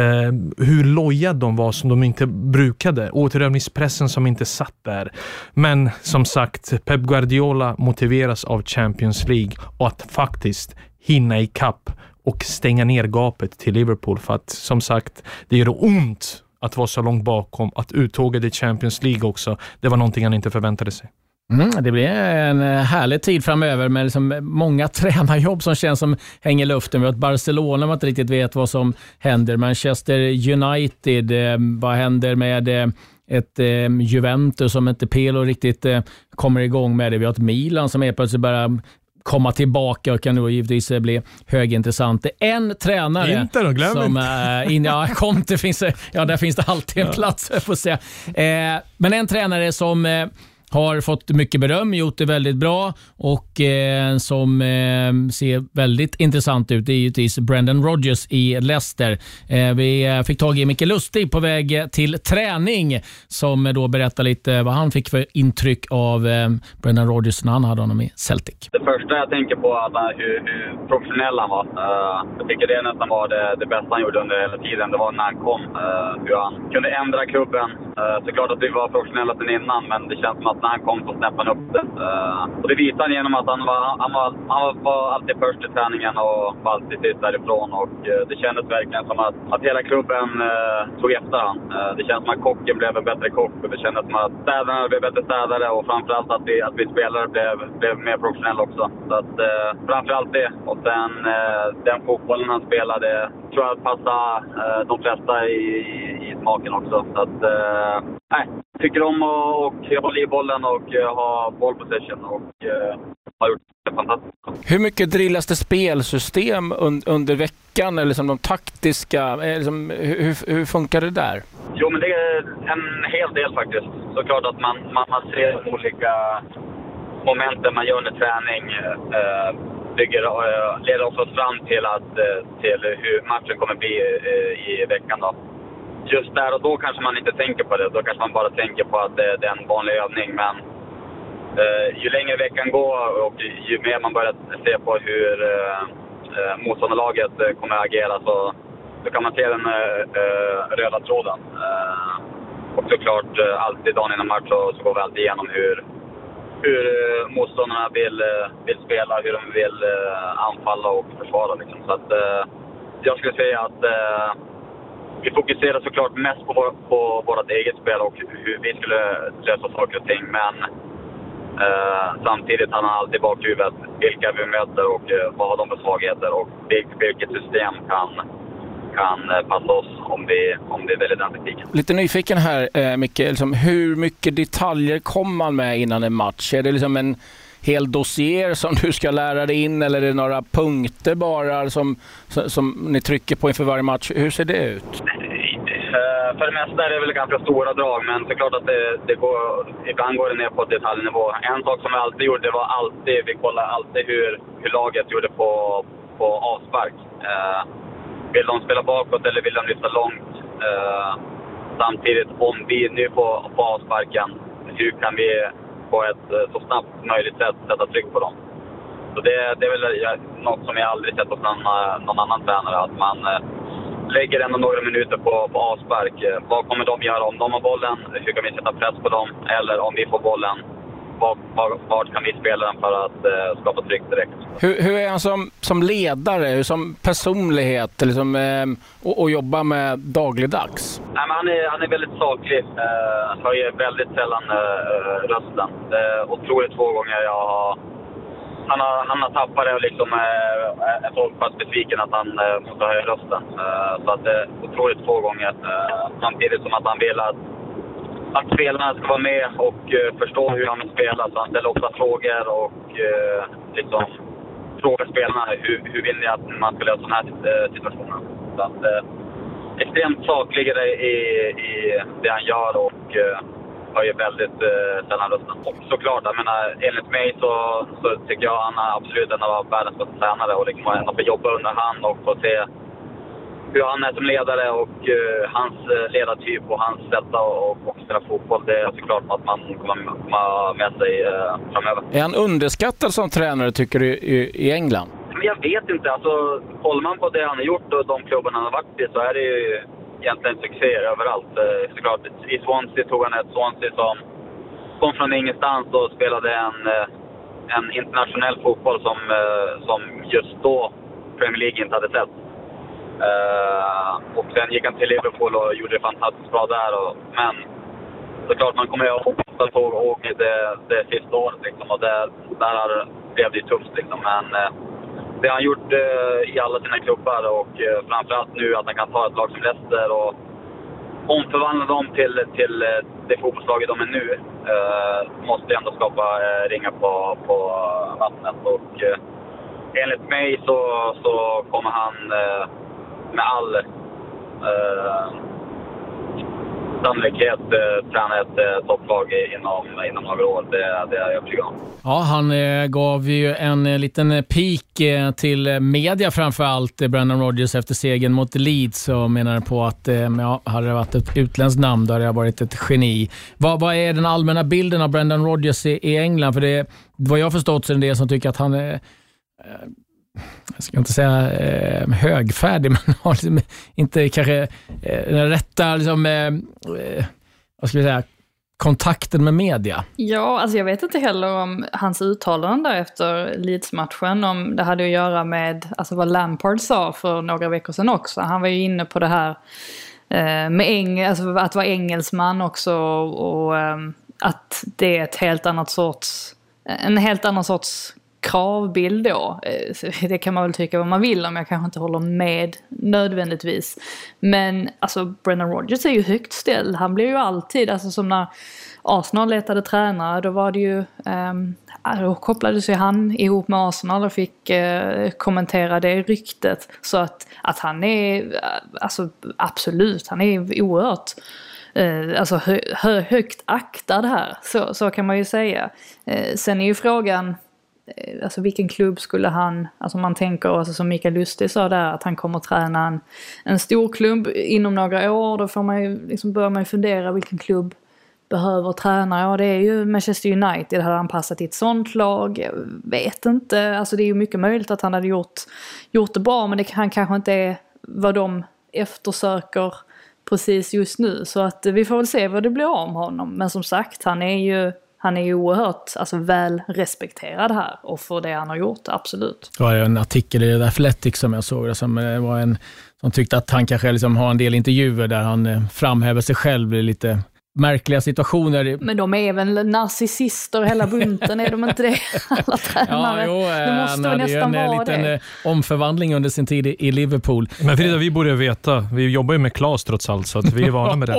Hur lojad de var som de inte brukade. Återövningspressen som inte satt där. Men som sagt, Pep Guardiola motiveras av Champions League och att faktiskt hinna i kapp och stänga ner gapet till Liverpool. För att som sagt, det gör ont att vara så långt bakom. Att uttåga i Champions League också, det var någonting han inte förväntade sig. Det blir en härlig tid framöver med liksom många tränarjobb som känns som hänger i luften. Vi har ett Barcelona man inte riktigt vet vad som händer. Manchester United, vad händer med ett Juventus som inte Pelo riktigt kommer igång med det. Vi har ett Milan som är plötsligt bara komma tillbaka och kan då givetvis bli högintressant. En tränare inte då, glöm som Conte finns, där finns det alltid en plats får säga. Men en tränare som har fått mycket beröm, gjort det väldigt bra och som ser väldigt intressant ut. Det är givetvis Brendan Rodgers i Leicester. Vi fick tag i Micke Lustig på väg till träning som då berättar lite vad han fick för intryck av Brendan Rodgers när han hade honom i Celtic. Det första jag tänker på är hur professionell han var. Jag tycker det nästan var det bästa han gjorde under hela tiden. Det var när han kom. Hur han kunde ändra klubben. Såklart att vi var professionella sedan innan, men det känns som att att när han kom så snäppade han upp det. Och det visade han genom att han var alltid först i träningen och var alltid sist därifrån. Och det kändes verkligen som att hela klubben tog efter han. Det kändes som att kocken blev en bättre kock. Och det kändes som att städarna blev bättre städare. Och framförallt att vi spelare blev mer professionella också. Så att framförallt det. Och sen den fotbollen han spelade tror jag passar de flesta i smaken också. Så att tycker om att hålla i bollen och ha bollpossession och har gjort det fantastiskt. Hur mycket drillas det spelsystem under veckan eller som de taktiska? Hur funkar det där? Jo, men det är en hel del faktiskt. Såklart att man ser olika momenten man gör under träning leder också fram till hur matchen kommer bli i veckan då. Just där och då kanske man inte tänker på det. Då kanske man bara tänker på att det är en vanlig övning. Men ju längre veckan går och ju mer man börjar se på hur motståndarlaget kommer att agera så kan man se den röda tråden. Och såklart alltid dagen innan match så går vi alltid igenom hur motståndarna vill spela, hur de vill anfalla och försvara. Liksom. Så att jag skulle säga att vi fokuserar såklart mest på vårt eget spel och hur vi skulle lösa saker och ting. Men samtidigt har han alltid bakhuvudet vilka vi möter och vad har de för svagheter och vilket system kan passa oss om vi väljer den taktiken. Lite nyfiken här, Micke. Liksom, hur mycket detaljer kommer man med innan en match? Är det liksom en hel dossier som du ska lära dig in eller är det några punkter bara som ni trycker på inför varje match? Hur ser det ut? För det mesta är det väl ganska stora drag, men såklart att ibland går det ner på detaljnivå. En sak som vi alltid gjorde var vi kollade alltid hur laget gjorde på avspark. Vill de spela bakåt eller vill de lyfta långt? Samtidigt, om vi nu på avsparken, hur kan vi på ett så snabbt möjligt sätt sätta tryck på dem? Så det är väl något som jag aldrig sett hos någon annan tränare, att man lägger ändå några minuter på avspark. Vad kommer de göra om de har bollen? Hur kan vi sätta press på dem? Eller om vi får bollen, vart kan vi spela den för att skapa tryck direkt? Hur är han som ledare, som personlighet eller och jobba med dagligdags? Nej, men han är väldigt saklig. Höjer väldigt sällan rösten. Det är otroligt få gånger han har tappat det och liksom är så pass besviken att han måste höja rösten. Så att det är otroligt få gånger. Samtidigt som att han vill att spelarna ska vara med och förstå hur han spelar. Så han ställer ofta frågor och liksom frågar spelarna hur vill ni att man ska lösa den här situationen. Så att extremt sakligare i det han gör och höjer väldigt sällan rösten. Och såklart, jag menar, enligt mig så tycker jag han är absolut en av världens bästa tränare och liksom ändå få jobba under hand och få se hur han är som ledare och hans ledartyp och hans sätt att spela fotboll. Det är såklart att man kommer med sig framöver. Är han underskattad som tränare tycker du i England? Men jag vet inte. Alltså, håller man på det han har gjort och de klubbarna han har varit i så är det ju egentligen succé överallt. Såklart, i Swansea tog han ett Swansea som kom från ingenstans och spelade en internationell fotboll som just då Premier League inte hade sett. Och sen gick han till Liverpool och gjorde det fantastiskt bra där. Men såklart man kommer ju ofta ihåg det sista året liksom, och där blev det tufft liksom. Men det har han gjort i alla sina klubbar och framförallt nu att han kan ta ett lag som Leicester och omförvandla dem till det fotbollslaget de är nu. Måste ändå skapa ringar på vattnet och enligt mig så kommer han med all sannolikhet träna ett topplag inom några år. Det är jag övertygad om. Ja, han gav ju en liten peak till media framförallt, Brendan Rodgers, efter segern mot Leeds och menar på att hade det varit ett utländskt namn då hade det varit ett geni. Vad är den allmänna bilden av Brendan Rodgers i England? För det vad jag har förstått så är det en del som tycker att han är jag ska inte säga högfärdig, men har liksom inte kanske den rätta liksom, vad ska vi säga, kontakten med media? Ja, alltså jag vet inte heller om hans uttalanden där efter Leeds-matchen, om det hade att göra med alltså vad Lampard sa för några veckor sedan också. Han var ju inne på det här med alltså att vara engelsman också, och att det är en helt annan sorts kravbild då. Det kan man väl tycka vad man vill om, jag kanske inte håller med nödvändigtvis. Men alltså Brendan Rodgers är ju högt ställd. Han blir ju alltid, alltså som när Arsenal letade tränare, då var det ju då kopplade sig han ihop med Arsenal och fick kommentera det ryktet. Så att han är alltså absolut, han är oerhört alltså högt aktad här, så kan man ju säga. Sen är ju frågan, alltså vilken klubb skulle han, alltså man tänker alltså som Mikael Lustig sa där, att han kommer träna en stor klubb inom några år, då får man ju liksom, börjar man ju fundera vilken klubb behöver träna. Ja, det är ju Manchester United, hade han passat i ett sånt lag? Jag vet inte, alltså det är ju mycket möjligt att han hade gjort det bra, men han kanske inte är vad de eftersöker precis just nu, så att vi får väl se vad det blir om honom. Men som sagt, han är ju oerhört alltså, väl respekterad här, och för det han har gjort, absolut. Det var en artikel i The Athletic som jag såg, som var en som tyckte att han kanske liksom har en del intervjuer där han framhäver sig själv i lite märkliga situationer. Men de är väl narcissister hela bunten, är de inte det? Alla tränare. Det måste väl nästan vara det. En liten omförvandling under sin tid i Liverpool. Men Frida, vi borde veta. Vi jobbar ju med Klaas trots allt, så att vi är vana med det.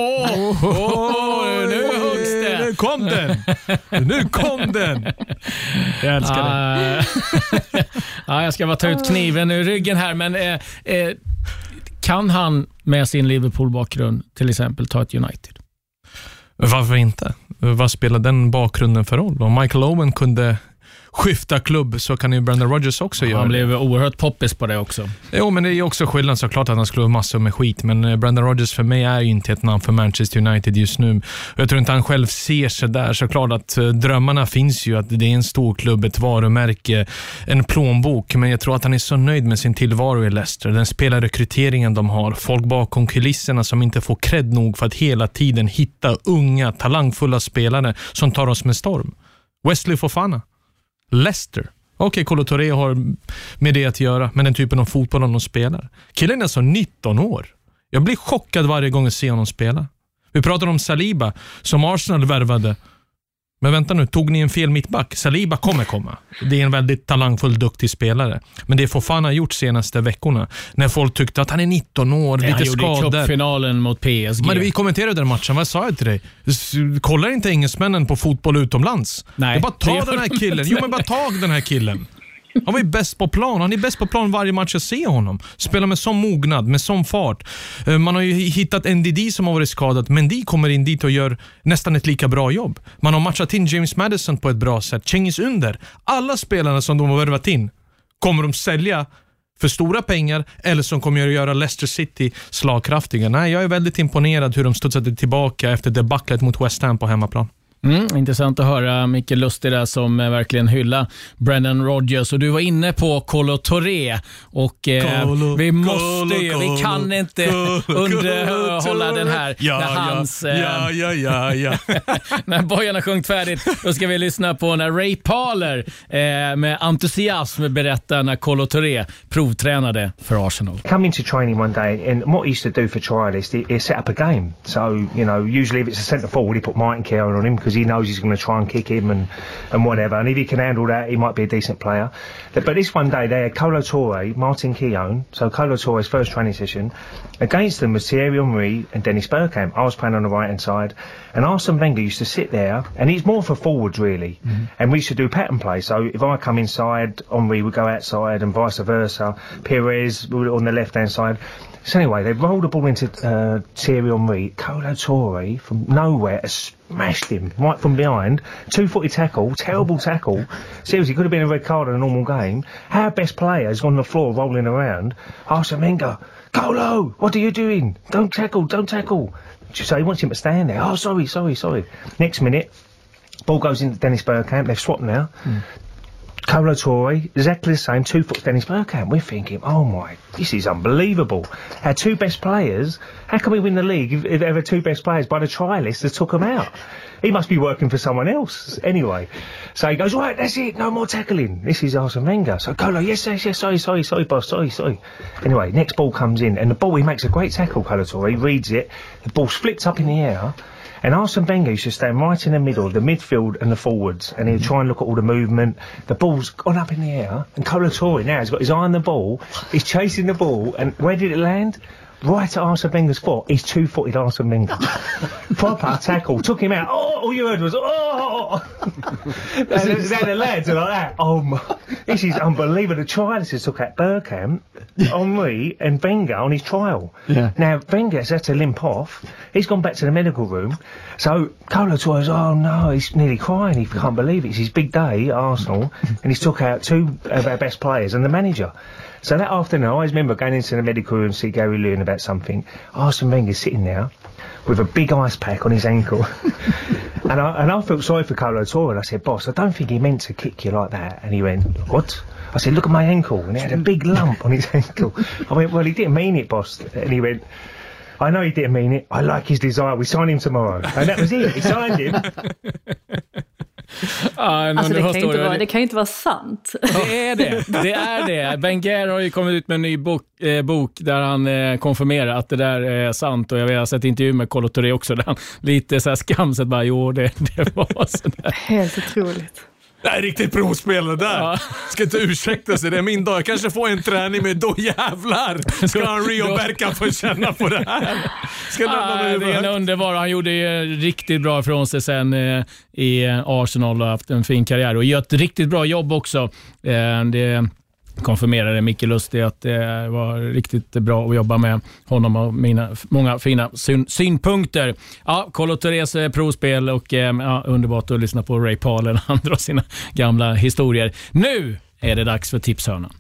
Nu kom den! Nu kom den! Jag älskar det. Ja, jag ska bara ta ut kniven ur ryggen här, men kan han med sin Liverpool-bakgrund till exempel ta ett United? Varför inte? Vad spelar den bakgrunden för roll? Om Michael Owen kunde skifta klubb, så kan ju Brendan Rodgers också göra det. Han blev oerhört poppis på det också. Jo, men det är ju också skillnad såklart att han skulle ha massor med skit. Men Brendan Rodgers för mig är ju inte ett namn för Manchester United just nu. Jag tror inte han själv ser sig där. Såklart att drömmarna finns ju, att det är en stor klubb, ett varumärke, en plånbok. Men jag tror att han är så nöjd med sin tillvaro i Leicester. Den spelarrekryteringen de har. Folk bakom kulisserna som inte får cred nog för att hela tiden hitta unga, talangfulla spelare som tar oss med storm. Wesley Fofana. Leicester. Okej, Kolo Touré har med det att göra, men den typen av fotboll de spelar. Killen är alltså 19 år. Jag blir chockad varje gång jag ser honom spela. Vi pratar om Saliba som Arsenal värvade. Men vänta nu, tog ni en fel mittback? Saliba kommer komma. Det är en väldigt talangfull, duktig spelare. Men det Fofana gjort senaste veckorna, när folk tyckte att han är 19 år, lite skadad. Han gjorde cupfinalen mot PSG. Men vi kommenterade den matchen, vad sa jag till dig? Kollar inte engelsmännen på fotboll utomlands? Nej. Det är bara ta den här killen. Jo, men bara tag den här killen. Han var ju bäst på plan. Han är bäst på plan varje match jag ser honom. Spelar med sån mognad, med sån fart. Man har ju hittat NDD som har varit skadad. Men de kommer in dit och gör nästan ett lika bra jobb. Man har matchat in James Maddison på ett bra sätt. Cengiz Under. Alla spelarna som de har värvat in kommer de sälja för stora pengar, eller som kommer att göra Leicester City slagkraftiga. Nej, jag är väldigt imponerad hur de studsade tillbaka efter debaclet mot West Ham på hemmaplan. Intressant att höra Mikael Lustig där som verkligen hyllar Brendan Rodgers. Och du var inne på Kolo Touré, och vi kan inte underhålla den här när bojarna sjöngt färdigt. Då ska vi lyssna på när Ray Parler med entusiasm berättar när Kolo Touré provtränade för Arsenal. Come into training one day, and what he used to do for trialists is set up a game. So, you know, usually if it's a centre forward, he put Martin Keown on him because he knows he's going to try and kick him and whatever. And if he can handle that, he might be a decent player. But this one day, they had Kolo Touré, Martin Keown, so Kolo Touré's first training session. Against them was Thierry Henry and Dennis Bergkamp. I was playing on the right-hand side. And Arsene Wenger used to sit there, and he's more for forwards, really. Mm-hmm. And we used to do pattern play. So if I come inside, Henry would go outside, and vice versa. Perez on the left-hand side. So anyway, they rolled the ball into Thierry Henry. Kolo Touré, from nowhere, smashed him right from behind. 2-footed tackle, terrible tackle. Seriously, could have been a red card in a normal game. Our best player is on the floor rolling around. Arsene Wenger, Kolo, what are you doing? Don't tackle. So he wants him to stand there. Oh, sorry. Next minute, ball goes into Dennis Bergkamp. They've swapped now. Kolo Touré, exactly the same, 2 foot Dennis Bergkamp. We're thinking, oh my, this is unbelievable. Our 2 best players, how can we win the league if our 2 best players by the trialists that took them out? He must be working for someone else. Anyway, so he goes, right, that's it, no more tackling. This is Arsene Wenger. So Kolo, yes, sorry, boss, sorry. Anyway, next ball comes in, and the ball, he makes a great tackle, Kolo Touré, he reads it, the ball flips up in the air, and Arsene Wenger used to stand right in the middle of the midfield and the forwards, and he'd try and look at all the movement. The ball's gone up in the air, and Kolo Touré now has got his eye on the ball, he's chasing the ball, and where did it land? Right at Arsene Wenger's foot. He's 2-footed Arsene Wenger. Proper tackle. Took him out. Oh, all you heard was, oh! and the lads are like that. Oh, my. This is unbelievable. The trialists took out Bergkamp, Henry, and Wenger on his trial. Yeah. Now, Wenger's had to limp off. He's gone back to the medical room. So, Kolo Touré's, oh, no, he's nearly crying. He can't believe it. It's his big day at Arsenal. And he's took out 2 of our best players and the manager. So that afternoon, I always remember going into the medical room to see Gary Lewin about something. Arsene Wenger's sitting there with a big ice pack on his ankle. and I felt sorry for Kolo Touré, and I said, boss, I don't think he meant to kick you like that. And he went, what? I said, look at my ankle. And he had a big lump on his ankle. I went, well, he didn't mean it, boss. And he went, I know he didn't mean it. I like his desire. We sign him tomorrow. And that was it. Vi signed him. Alltså det kan ju inte vara sant. Det är det. Wenger har ju kommit ut med en ny bok där han konfirmerar att det där är sant, och jag har sett intervju med Kolo Touré också där han lite så här skamset bara, jo det var sådär. Helt otroligt. Det är riktigt provspelare där. Ja. Ska inte ursäkta sig, det är min dag. Jag kanske får en träning med då jävlar. Ska Henry och Bergkamp få känna på det här? Det är en underbar. Han gjorde riktigt bra från sig sen i Arsenal och haft en fin karriär. Och gör ett riktigt bra jobb också. Det konfirmerade Micke Lustig att det var riktigt bra att jobba med honom och mina många fina synpunkter. Ja, Kolo Tourés provspel och underbart att lyssna på Ray Parler och andra sina gamla historier. Nu är det dags för tipshörnan.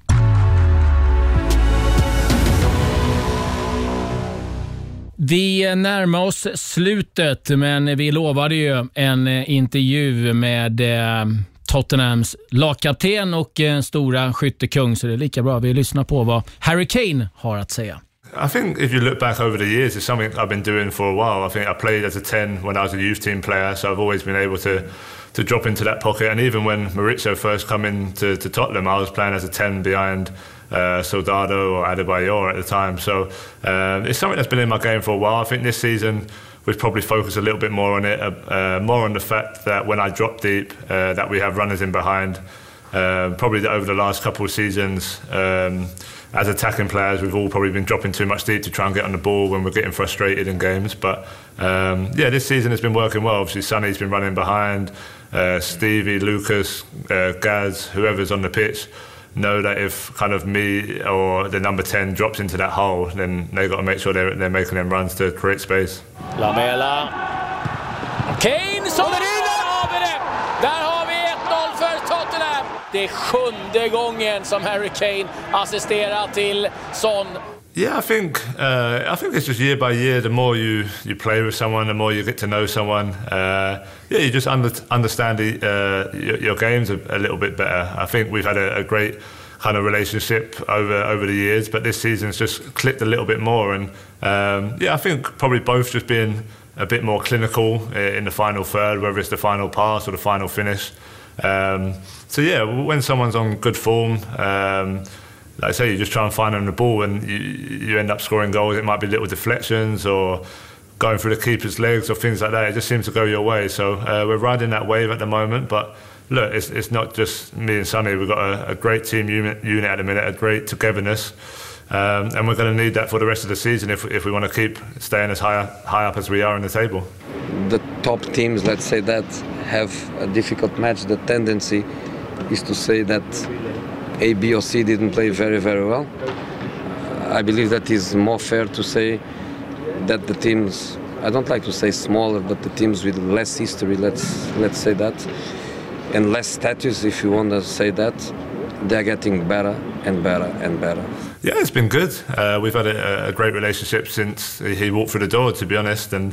Vi närmar oss slutet, men vi lovade ju en intervju med Tottenhams lagkapten och stora skyttekung, så det är lika bra vi lyssnar på vad Harry Kane har att säga. I think if you look back over the years, it's something I've been doing for a while. I think I played as a 10 when I was a youth team player, so I've always been able to drop into that pocket. And even when Maurizio first come into Tottenham, I was playing as a 10 behind Soldado or Adebayor at the time. So it's something that's been in my game for a while. I think this season we've probably focused a little bit more on it, more on the fact that when I drop deep, that we have runners in behind. Probably over the last couple of seasons, as attacking players, we've all probably been dropping too much deep to try and get on the ball when we're getting frustrated in games. But this season has been working well. Obviously, Sonny's been running behind, Stevie, Lucas, Gaz, whoever's on the pitch, know that if kind of me or the number 10 drops into that hole, then they've got to make sure they're making them runs to create space. Lamela. Kane som har vi det! Där har vi 1-0 för Tottenham. Det är 7:e gången som Harry Kane assisterar till Son. Yeah, I think it's just year by year. The more you play with someone, the more you get to know someone. You just understand your games a little bit better. I think we've had a great kind of relationship over the years, but this season's just clicked a little bit more. And I think probably both just being a bit more clinical in the final third, whether it's the final pass or the final finish. When someone's on good form, like I say, you just try and find them the ball and you end up scoring goals. It might be little deflections or going through the keeper's legs or things like that. It just seems to go your way. So we're riding that wave at the moment. But look, it's not just me and Sonny. We've got a great team unit at the minute, a great togetherness. And we're going to need that for the rest of the season if we want to keep staying as high up as we are in the table. The top teams, let's say that, have a difficult match. The tendency is to say that A, B or C didn't play very, very well. I believe that is more fair to say that the teams, I don't like to say smaller, but the teams with less history, let's say that, and less status, if you want to say that, they're getting better and better and better. Yeah, it's been good. We've had a great relationship since he walked through the door, to be honest. And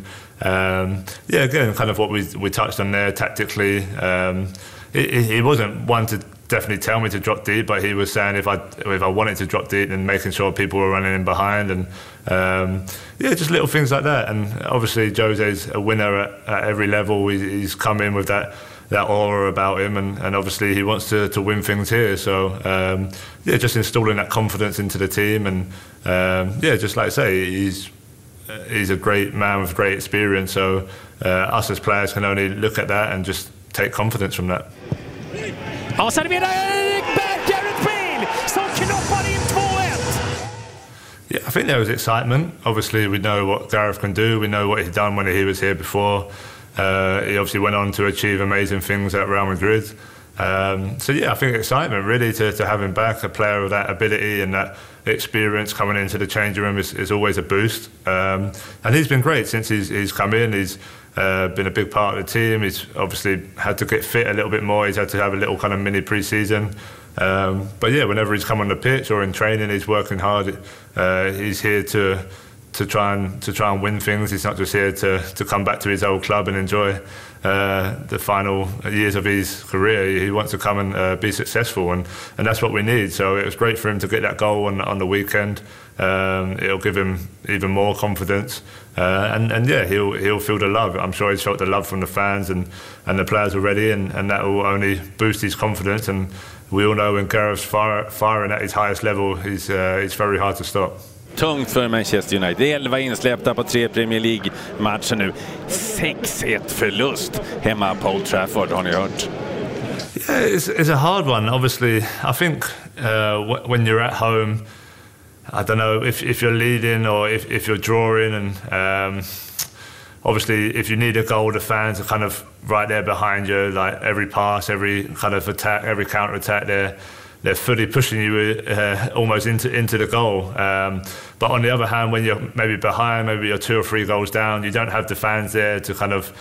again, kind of what we touched on there tactically. He wasn't one definitely tell me to drop deep, but he was saying if I wanted to drop deep, then making sure people were running in behind, and just little things like that. And obviously Jose's a winner at every level. He's come in with that aura about him, and obviously he wants to win things here. So just installing that confidence into the team, and just like I say, he's a great man with great experience. So us as players can only look at that and just take confidence from that. Ja, serverar Gareth Bale som knoppar in 2-1. Yeah, I think there was excitement. Obviously, we know what Gareth can do. We know what he's done when he was here before. He obviously went on to achieve amazing things at Real Madrid. I think excitement really to have him back, a player of that ability and that experience coming into the changing room is always a boost. And he's been great since he's come in. He's been a big part of the team. He's obviously had to get fit a little bit more. He's had to have a little kind of mini pre-season. Whenever he's come on the pitch or in training, he's working hard. He's here to try and win things. He's not just here to come back to his old club and enjoy the final years of his career. He wants to come and be successful, and that's what we need. So it was great for him to get that goal on the weekend. It'll give him even more confidence, he'll feel the love. I'm sure he's felt the love from the fans and the players already, and that will only boost his confidence. And we all know when Gareth's firing at his highest level, it's very hard to stop. Tungt för Manchester United. 11 insläppta på 3 Premier League-matcher nu. 6-1 förlust hemma på Old Trafford, har ni hört? Yeah, it's a hard one. Obviously, I think when you're at home, I don't know if you're leading or if you're drawing, and obviously if you need a goal, the fans are kind of right there behind you, like every pass, every kind of attack, every counter-attack, they're fully pushing you almost into the goal. But on the other hand, when you're maybe behind, maybe you're 2 or 3 goals down, you don't have the fans there to kind of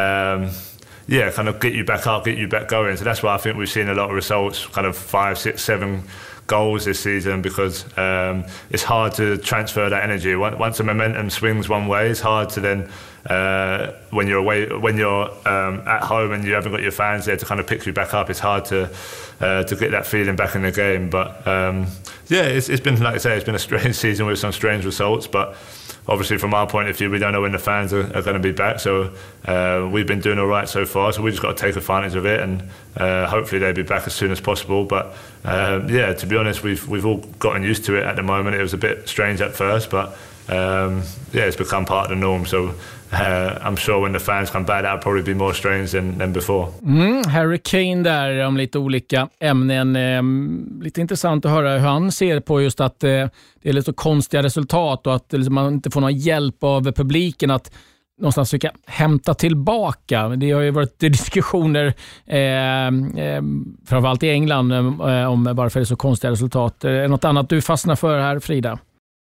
get you back up, get you back going. So that's why I think we've seen a lot of results, kind of 5, 6, 7 goals this season, because it's hard to transfer that energy. Once the momentum swings one way, it's hard to then when you're away, when you're at home and you haven't got your fans there to kind of pick you back up, it's hard to get that feeling back in the game. But it's been, like I say, it's been a strange season with some strange results, but obviously from our point of view, we don't know when the fans are going to be back, so we've been doing all right so far, so we just got to take advantage of it, and hopefully they'll be back as soon as possible. But to be honest, we've all gotten used to it at the moment. It was a bit strange at first, but it's become part of the norm, so I'm sure when the fans come back, that'll probably be more strange than before. Harry Kane där om lite olika ämnen. Lite intressant att höra hur han ser på just att det är lite så konstiga resultat och att man inte får någon hjälp av publiken att någonstans försöka hämta tillbaka. Det har ju varit diskussioner framförallt i England om varför det är så konstiga resultat. Är det något annat du fastnar för här, Frida?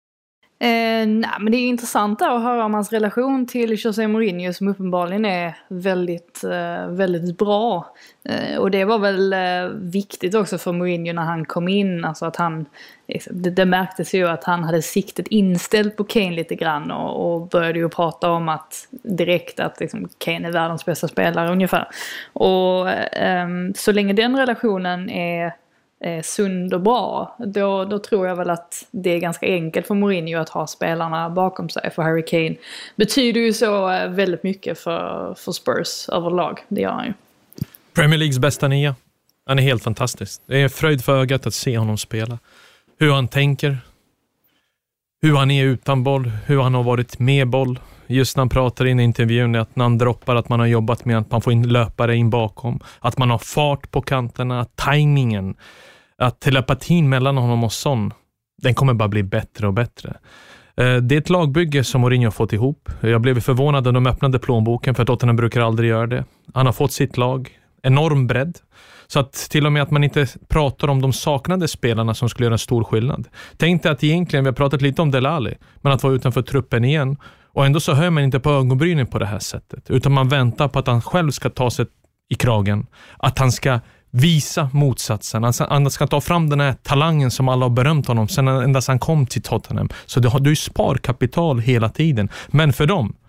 Nej, men det är intressant att höra om hans relation till José Mourinho, som uppenbarligen är väldigt, väldigt bra. Och det var väl viktigt också för Mourinho när han kom in. Alltså att det märktes ju att han hade siktet inställt på Kane lite grann och började ju prata om att direkt att liksom, Kane är världens bästa spelare ungefär. Och så länge den relationen är sund och bra, då tror jag väl att det är ganska enkelt för Mourinho att ha spelarna bakom sig. För Harry Kane betyder ju så väldigt mycket för Spurs överlag. Det gör han ju. Premier Leagues bästa nia. Han är helt fantastisk. Det är fröjd för ögat att se honom spela. Hur han tänker, hur han är utan boll, hur han har varit med boll. Just när han pratar in i intervjun, att när han droppar, att man har jobbat med att man får in löpare in bakom, att man har fart på kanterna, tajmingen, att telepatin mellan honom och Son, den kommer bara bli bättre och bättre. Det är ett lagbygge som Mourinho har fått ihop. Jag blev förvånad när de öppnade plånboken, för att Tottenham brukar aldrig göra det. Han har fått sitt lag, enorm bredd. Så att till och med att man inte pratar om de saknade spelarna som skulle göra en stor skillnad. Tänkte att egentligen, vi har pratat lite om Delali, men att vara utanför truppen igen. Och ändå så hör man inte på ögonbrynen på det här sättet. Utan man väntar på att han själv ska ta sig i kragen. Att han ska visa motsatsen. Han ska ta fram den här talangen som alla har berömt honom sen endast han kom till Tottenham. Så du är sparkapital hela tiden. Men för dem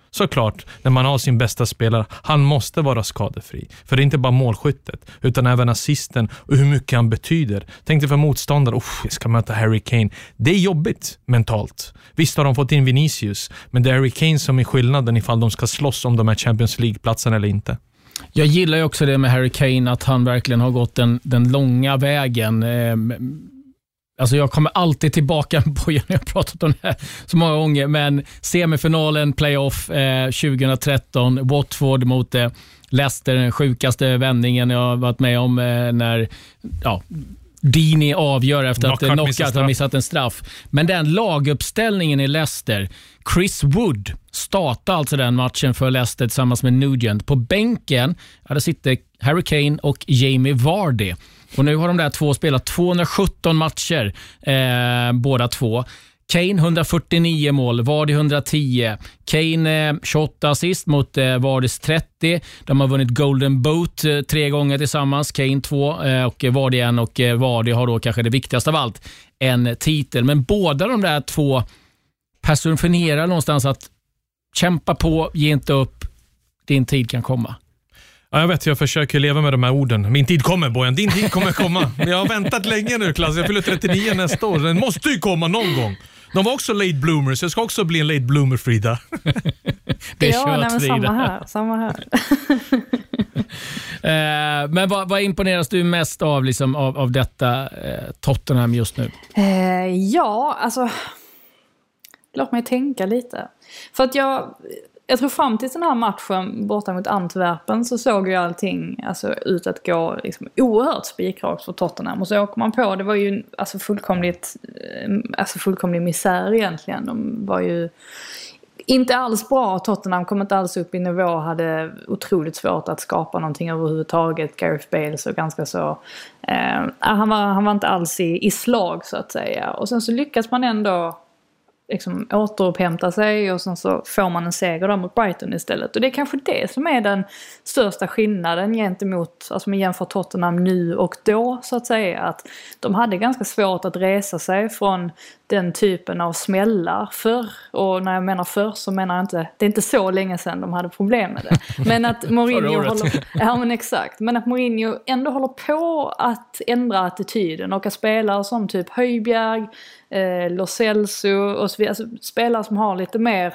såklart, när man har sin bästa spelare, han måste vara skadefri. För det är inte bara målskyttet, utan även assisten och hur mycket han betyder. Tänk dig för motståndare, jag ska möta Harry Kane. Det är jobbigt mentalt. Visst har de fått in Vinicius, men det är Harry Kane som är skillnaden ifall de ska slåss om de här Champions League-platserna eller inte. Jag gillar ju också det med Harry Kane, att han verkligen har gått den långa vägen. Alltså jag kommer alltid tillbaka på, jag har pratat om det här så många gånger, men semifinalen, playoff 2013, Watford mot Leicester, den sjukaste vändningen jag har varit med om när Dini avgör efter att Knockout har missat en straff. Men den laguppställningen i Leicester, Chris Wood startar alltså den matchen för Leicester tillsammans med Nugent. På bänken där sitter Harry Kane och Jamie Vardy. Och nu har de där två spelat 217 matcher båda två. Kane 149 mål, Vardy 110. Kane 28 assist mot Vardys 30. De har vunnit Golden Boot 3 gånger tillsammans. Kane 2 och Vardy 1, och Vardy har då kanske det viktigaste av allt, en titel. Men båda de där två personifierar någonstans att kämpa på, ge inte upp, din tid kan komma. Ja, jag vet, jag försöker leva med de här orden. Min tid kommer, Bojan, din tid kommer komma. Jag har väntat länge nu, Klass. Jag fyller 39 nästa år. Den måste ju komma någon gång. De var också late bloomers. Jag ska också bli en late bloomer, Frida. Det är samma här. Men vad imponeras du mest av, liksom, av detta Tottenham just nu? Låt mig tänka lite. För att jag tror fram till den här matchen borta mot Antwerpen så såg ju allting ut att gå liksom oerhört spikrakt för Tottenham. Och så åker man på, det var ju fullkomlig misär egentligen. De var ju inte alls bra. Tottenham kom inte alls upp i nivå, hade otroligt svårt att skapa någonting överhuvudtaget. Gareth Bale så ganska så... han var inte alls i slag så att säga. Och sen så lyckas man ändå liksom återupphämta sig, och sen så får man en seger där mot Brighton istället. Och det är kanske det som är den största skillnaden gentemot, alltså man jämför Tottenham nu och då så att säga, att de hade ganska svårt att resa sig från den typen av smällar förr. Och när jag menar förr så menar jag inte, det är inte så länge sedan de hade problem med det. Men att Mourinho ändå håller på att ändra attityden, och att spelare som typ Højbjerg, Lo Celso och så vidare, alltså spelare som har lite mer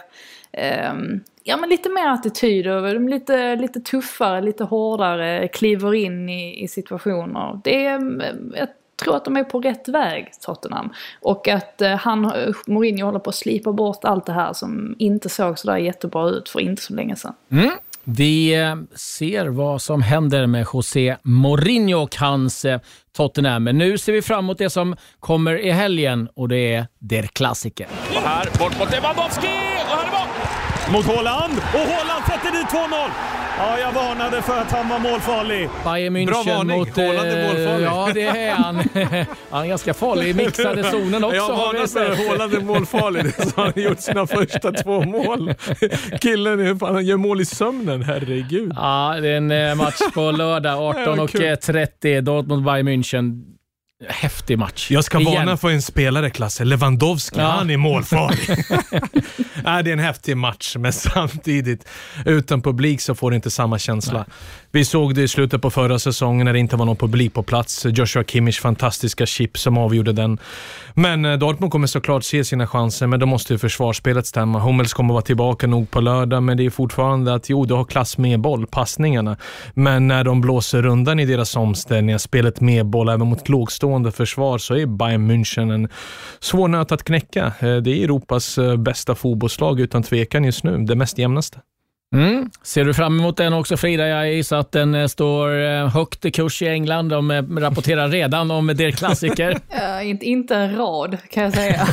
lite mer attityder, de lite tuffare, lite hårdare, kliver in i situationer. Jag tror att de är på rätt väg, Tottenham, och att Mourinho håller på att slipa bort allt det här som inte såg så där jättebra ut för inte så länge sedan. Vi ser vad som händer med José Mourinho och hans Tottenham. Men nu ser vi fram emot det som kommer i helgen, och det är Der Klassiker. Och här bort mot Lewandowski, och här är bort mot Haaland, och Haaland sätter dit 2-0. Ja, jag varnade för att han var målfarlig. Bayern München. Bra varning, Haaland är målfarlig. Ja, det är han. Han är ganska farlig i mixade zonen också. Jag varnade för att Haaland är målfarlig. Så han har gjort sina första 2 mål. Killen han gör mål i sömnen, herregud. Ja, det är en match på lördag 18:30, Dortmund Bayern München. Häftig match. Jag ska varna för en spelare, Klasse. Lewandowski, han är målfarlig. Det är en häftig match, men samtidigt utan publik så får det inte samma känsla. Nej. Vi såg det i slutet på förra säsongen när det inte var någon publik på plats. Joshua Kimmich fantastiska chip som avgjorde den. Men Dortmund kommer såklart se sina chanser, men då måste ju försvarsspelet stämma. Hummels kommer vara tillbaka nog på lördag, men det är fortfarande att du har klass med boll, passningarna. Men när de blåser rundan i deras omställningar, spelet med boll även mot lågstående försvar, så är Bayern München en svår nöt att knäcka. Det är Europas bästa fotbollslag utan tvekan just nu, det mest jämnaste. Ser du fram emot den också, Frida? Jag gissar att den står högt i kurs i England. De rapporterar redan om Der Klassiker. Inte en rad kan jag säga.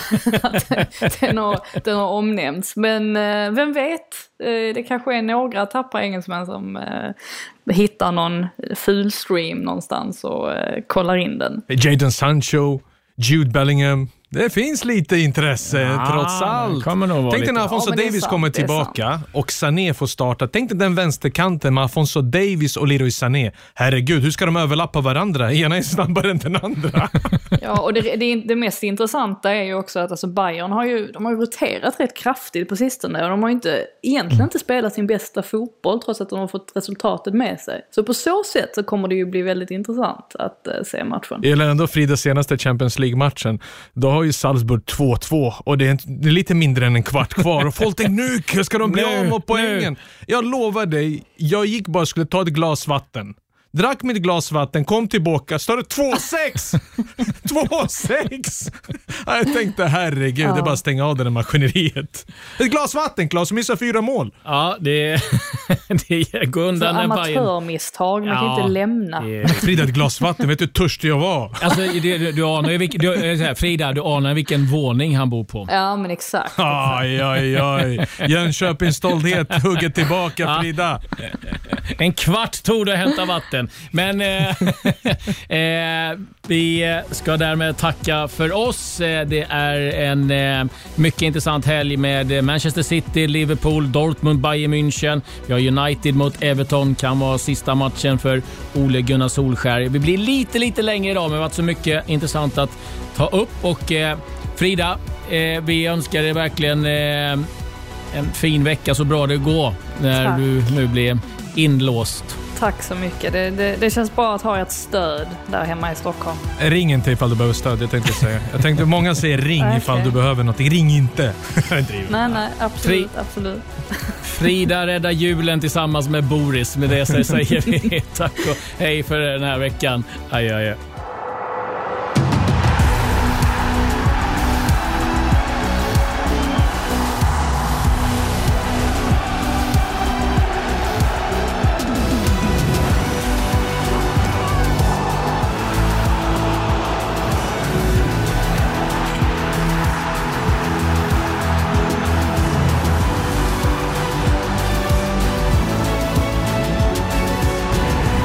den har omnämnts. Men vem vet? Det kanske är några tappra engelsmän som hittar någon fulstream någonstans och kollar in den. Jadon Sancho, Jude Bellingham, Det finns lite intresse trots allt. Tänk dig när Alphonso Davies kommer tillbaka och Sané får starta. Tänk dig den vänsterkanten med Alphonso Davies och Leroy Sané. Herregud, hur ska de överlappa varandra? Ena är snabbare än den andra. Ja, och det mest intressanta är ju också att alltså Bayern har ju roterat rätt kraftigt på sistone och de har ju egentligen inte spelat sin bästa fotboll trots att de har fått resultatet med sig. Så på så sätt så kommer det ju bli väldigt intressant att se matchen. Jag gillar ändå Fridas senaste Champions League-matchen. Då har ju Salzburg 2-2 och det är lite mindre än en kvart kvar och folk tänker, nu ska de bli av med poängen. Jag lovar dig, jag gick bara och skulle ta ett glas vatten. Drack mitt glas vatten, kom tillbaka, står det 2-6! 2-6! Jag tänkte, herregud, det är bara att stänga av det där maskineriet. Ett glas vatten, Claes, missar 4 mål. Ja, det går undan en amatörmisstag, man kan inte lämna. Frida, ett glas vatten, vet du hur törstig jag var? Alltså, du anar Frida, du anar vilken våning han bor på. Ja, men exakt. Oj. Jönköpings stolthet hugger tillbaka, Frida. En kvart tog det att hämta vatten. Men vi ska därmed tacka för oss. Det är en mycket intressant helg med Manchester City, Liverpool, Dortmund, Bayern München. Vi har United mot Everton, kan vara sista matchen för Ole Gunnar Solskär. Vi blir lite längre idag, men det har varit så mycket intressant att ta upp. Och Frida, vi önskar dig verkligen en fin vecka, så bra det går när du nu blir inlåst. Tack så mycket. Det känns bra att ha ett stöd där hemma i Stockholm. Ring inte ifall du behöver stöd, jag tänkte säga. Jag tänkte många säger ring ifall du behöver något. Ring inte. Nej, absolut. Frida räddar julen tillsammans med Boris. Med det så säger vi tack och hej för den här veckan. Aj.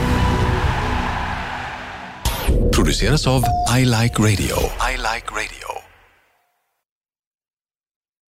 Produceras av I Like Radio. I Like Radio.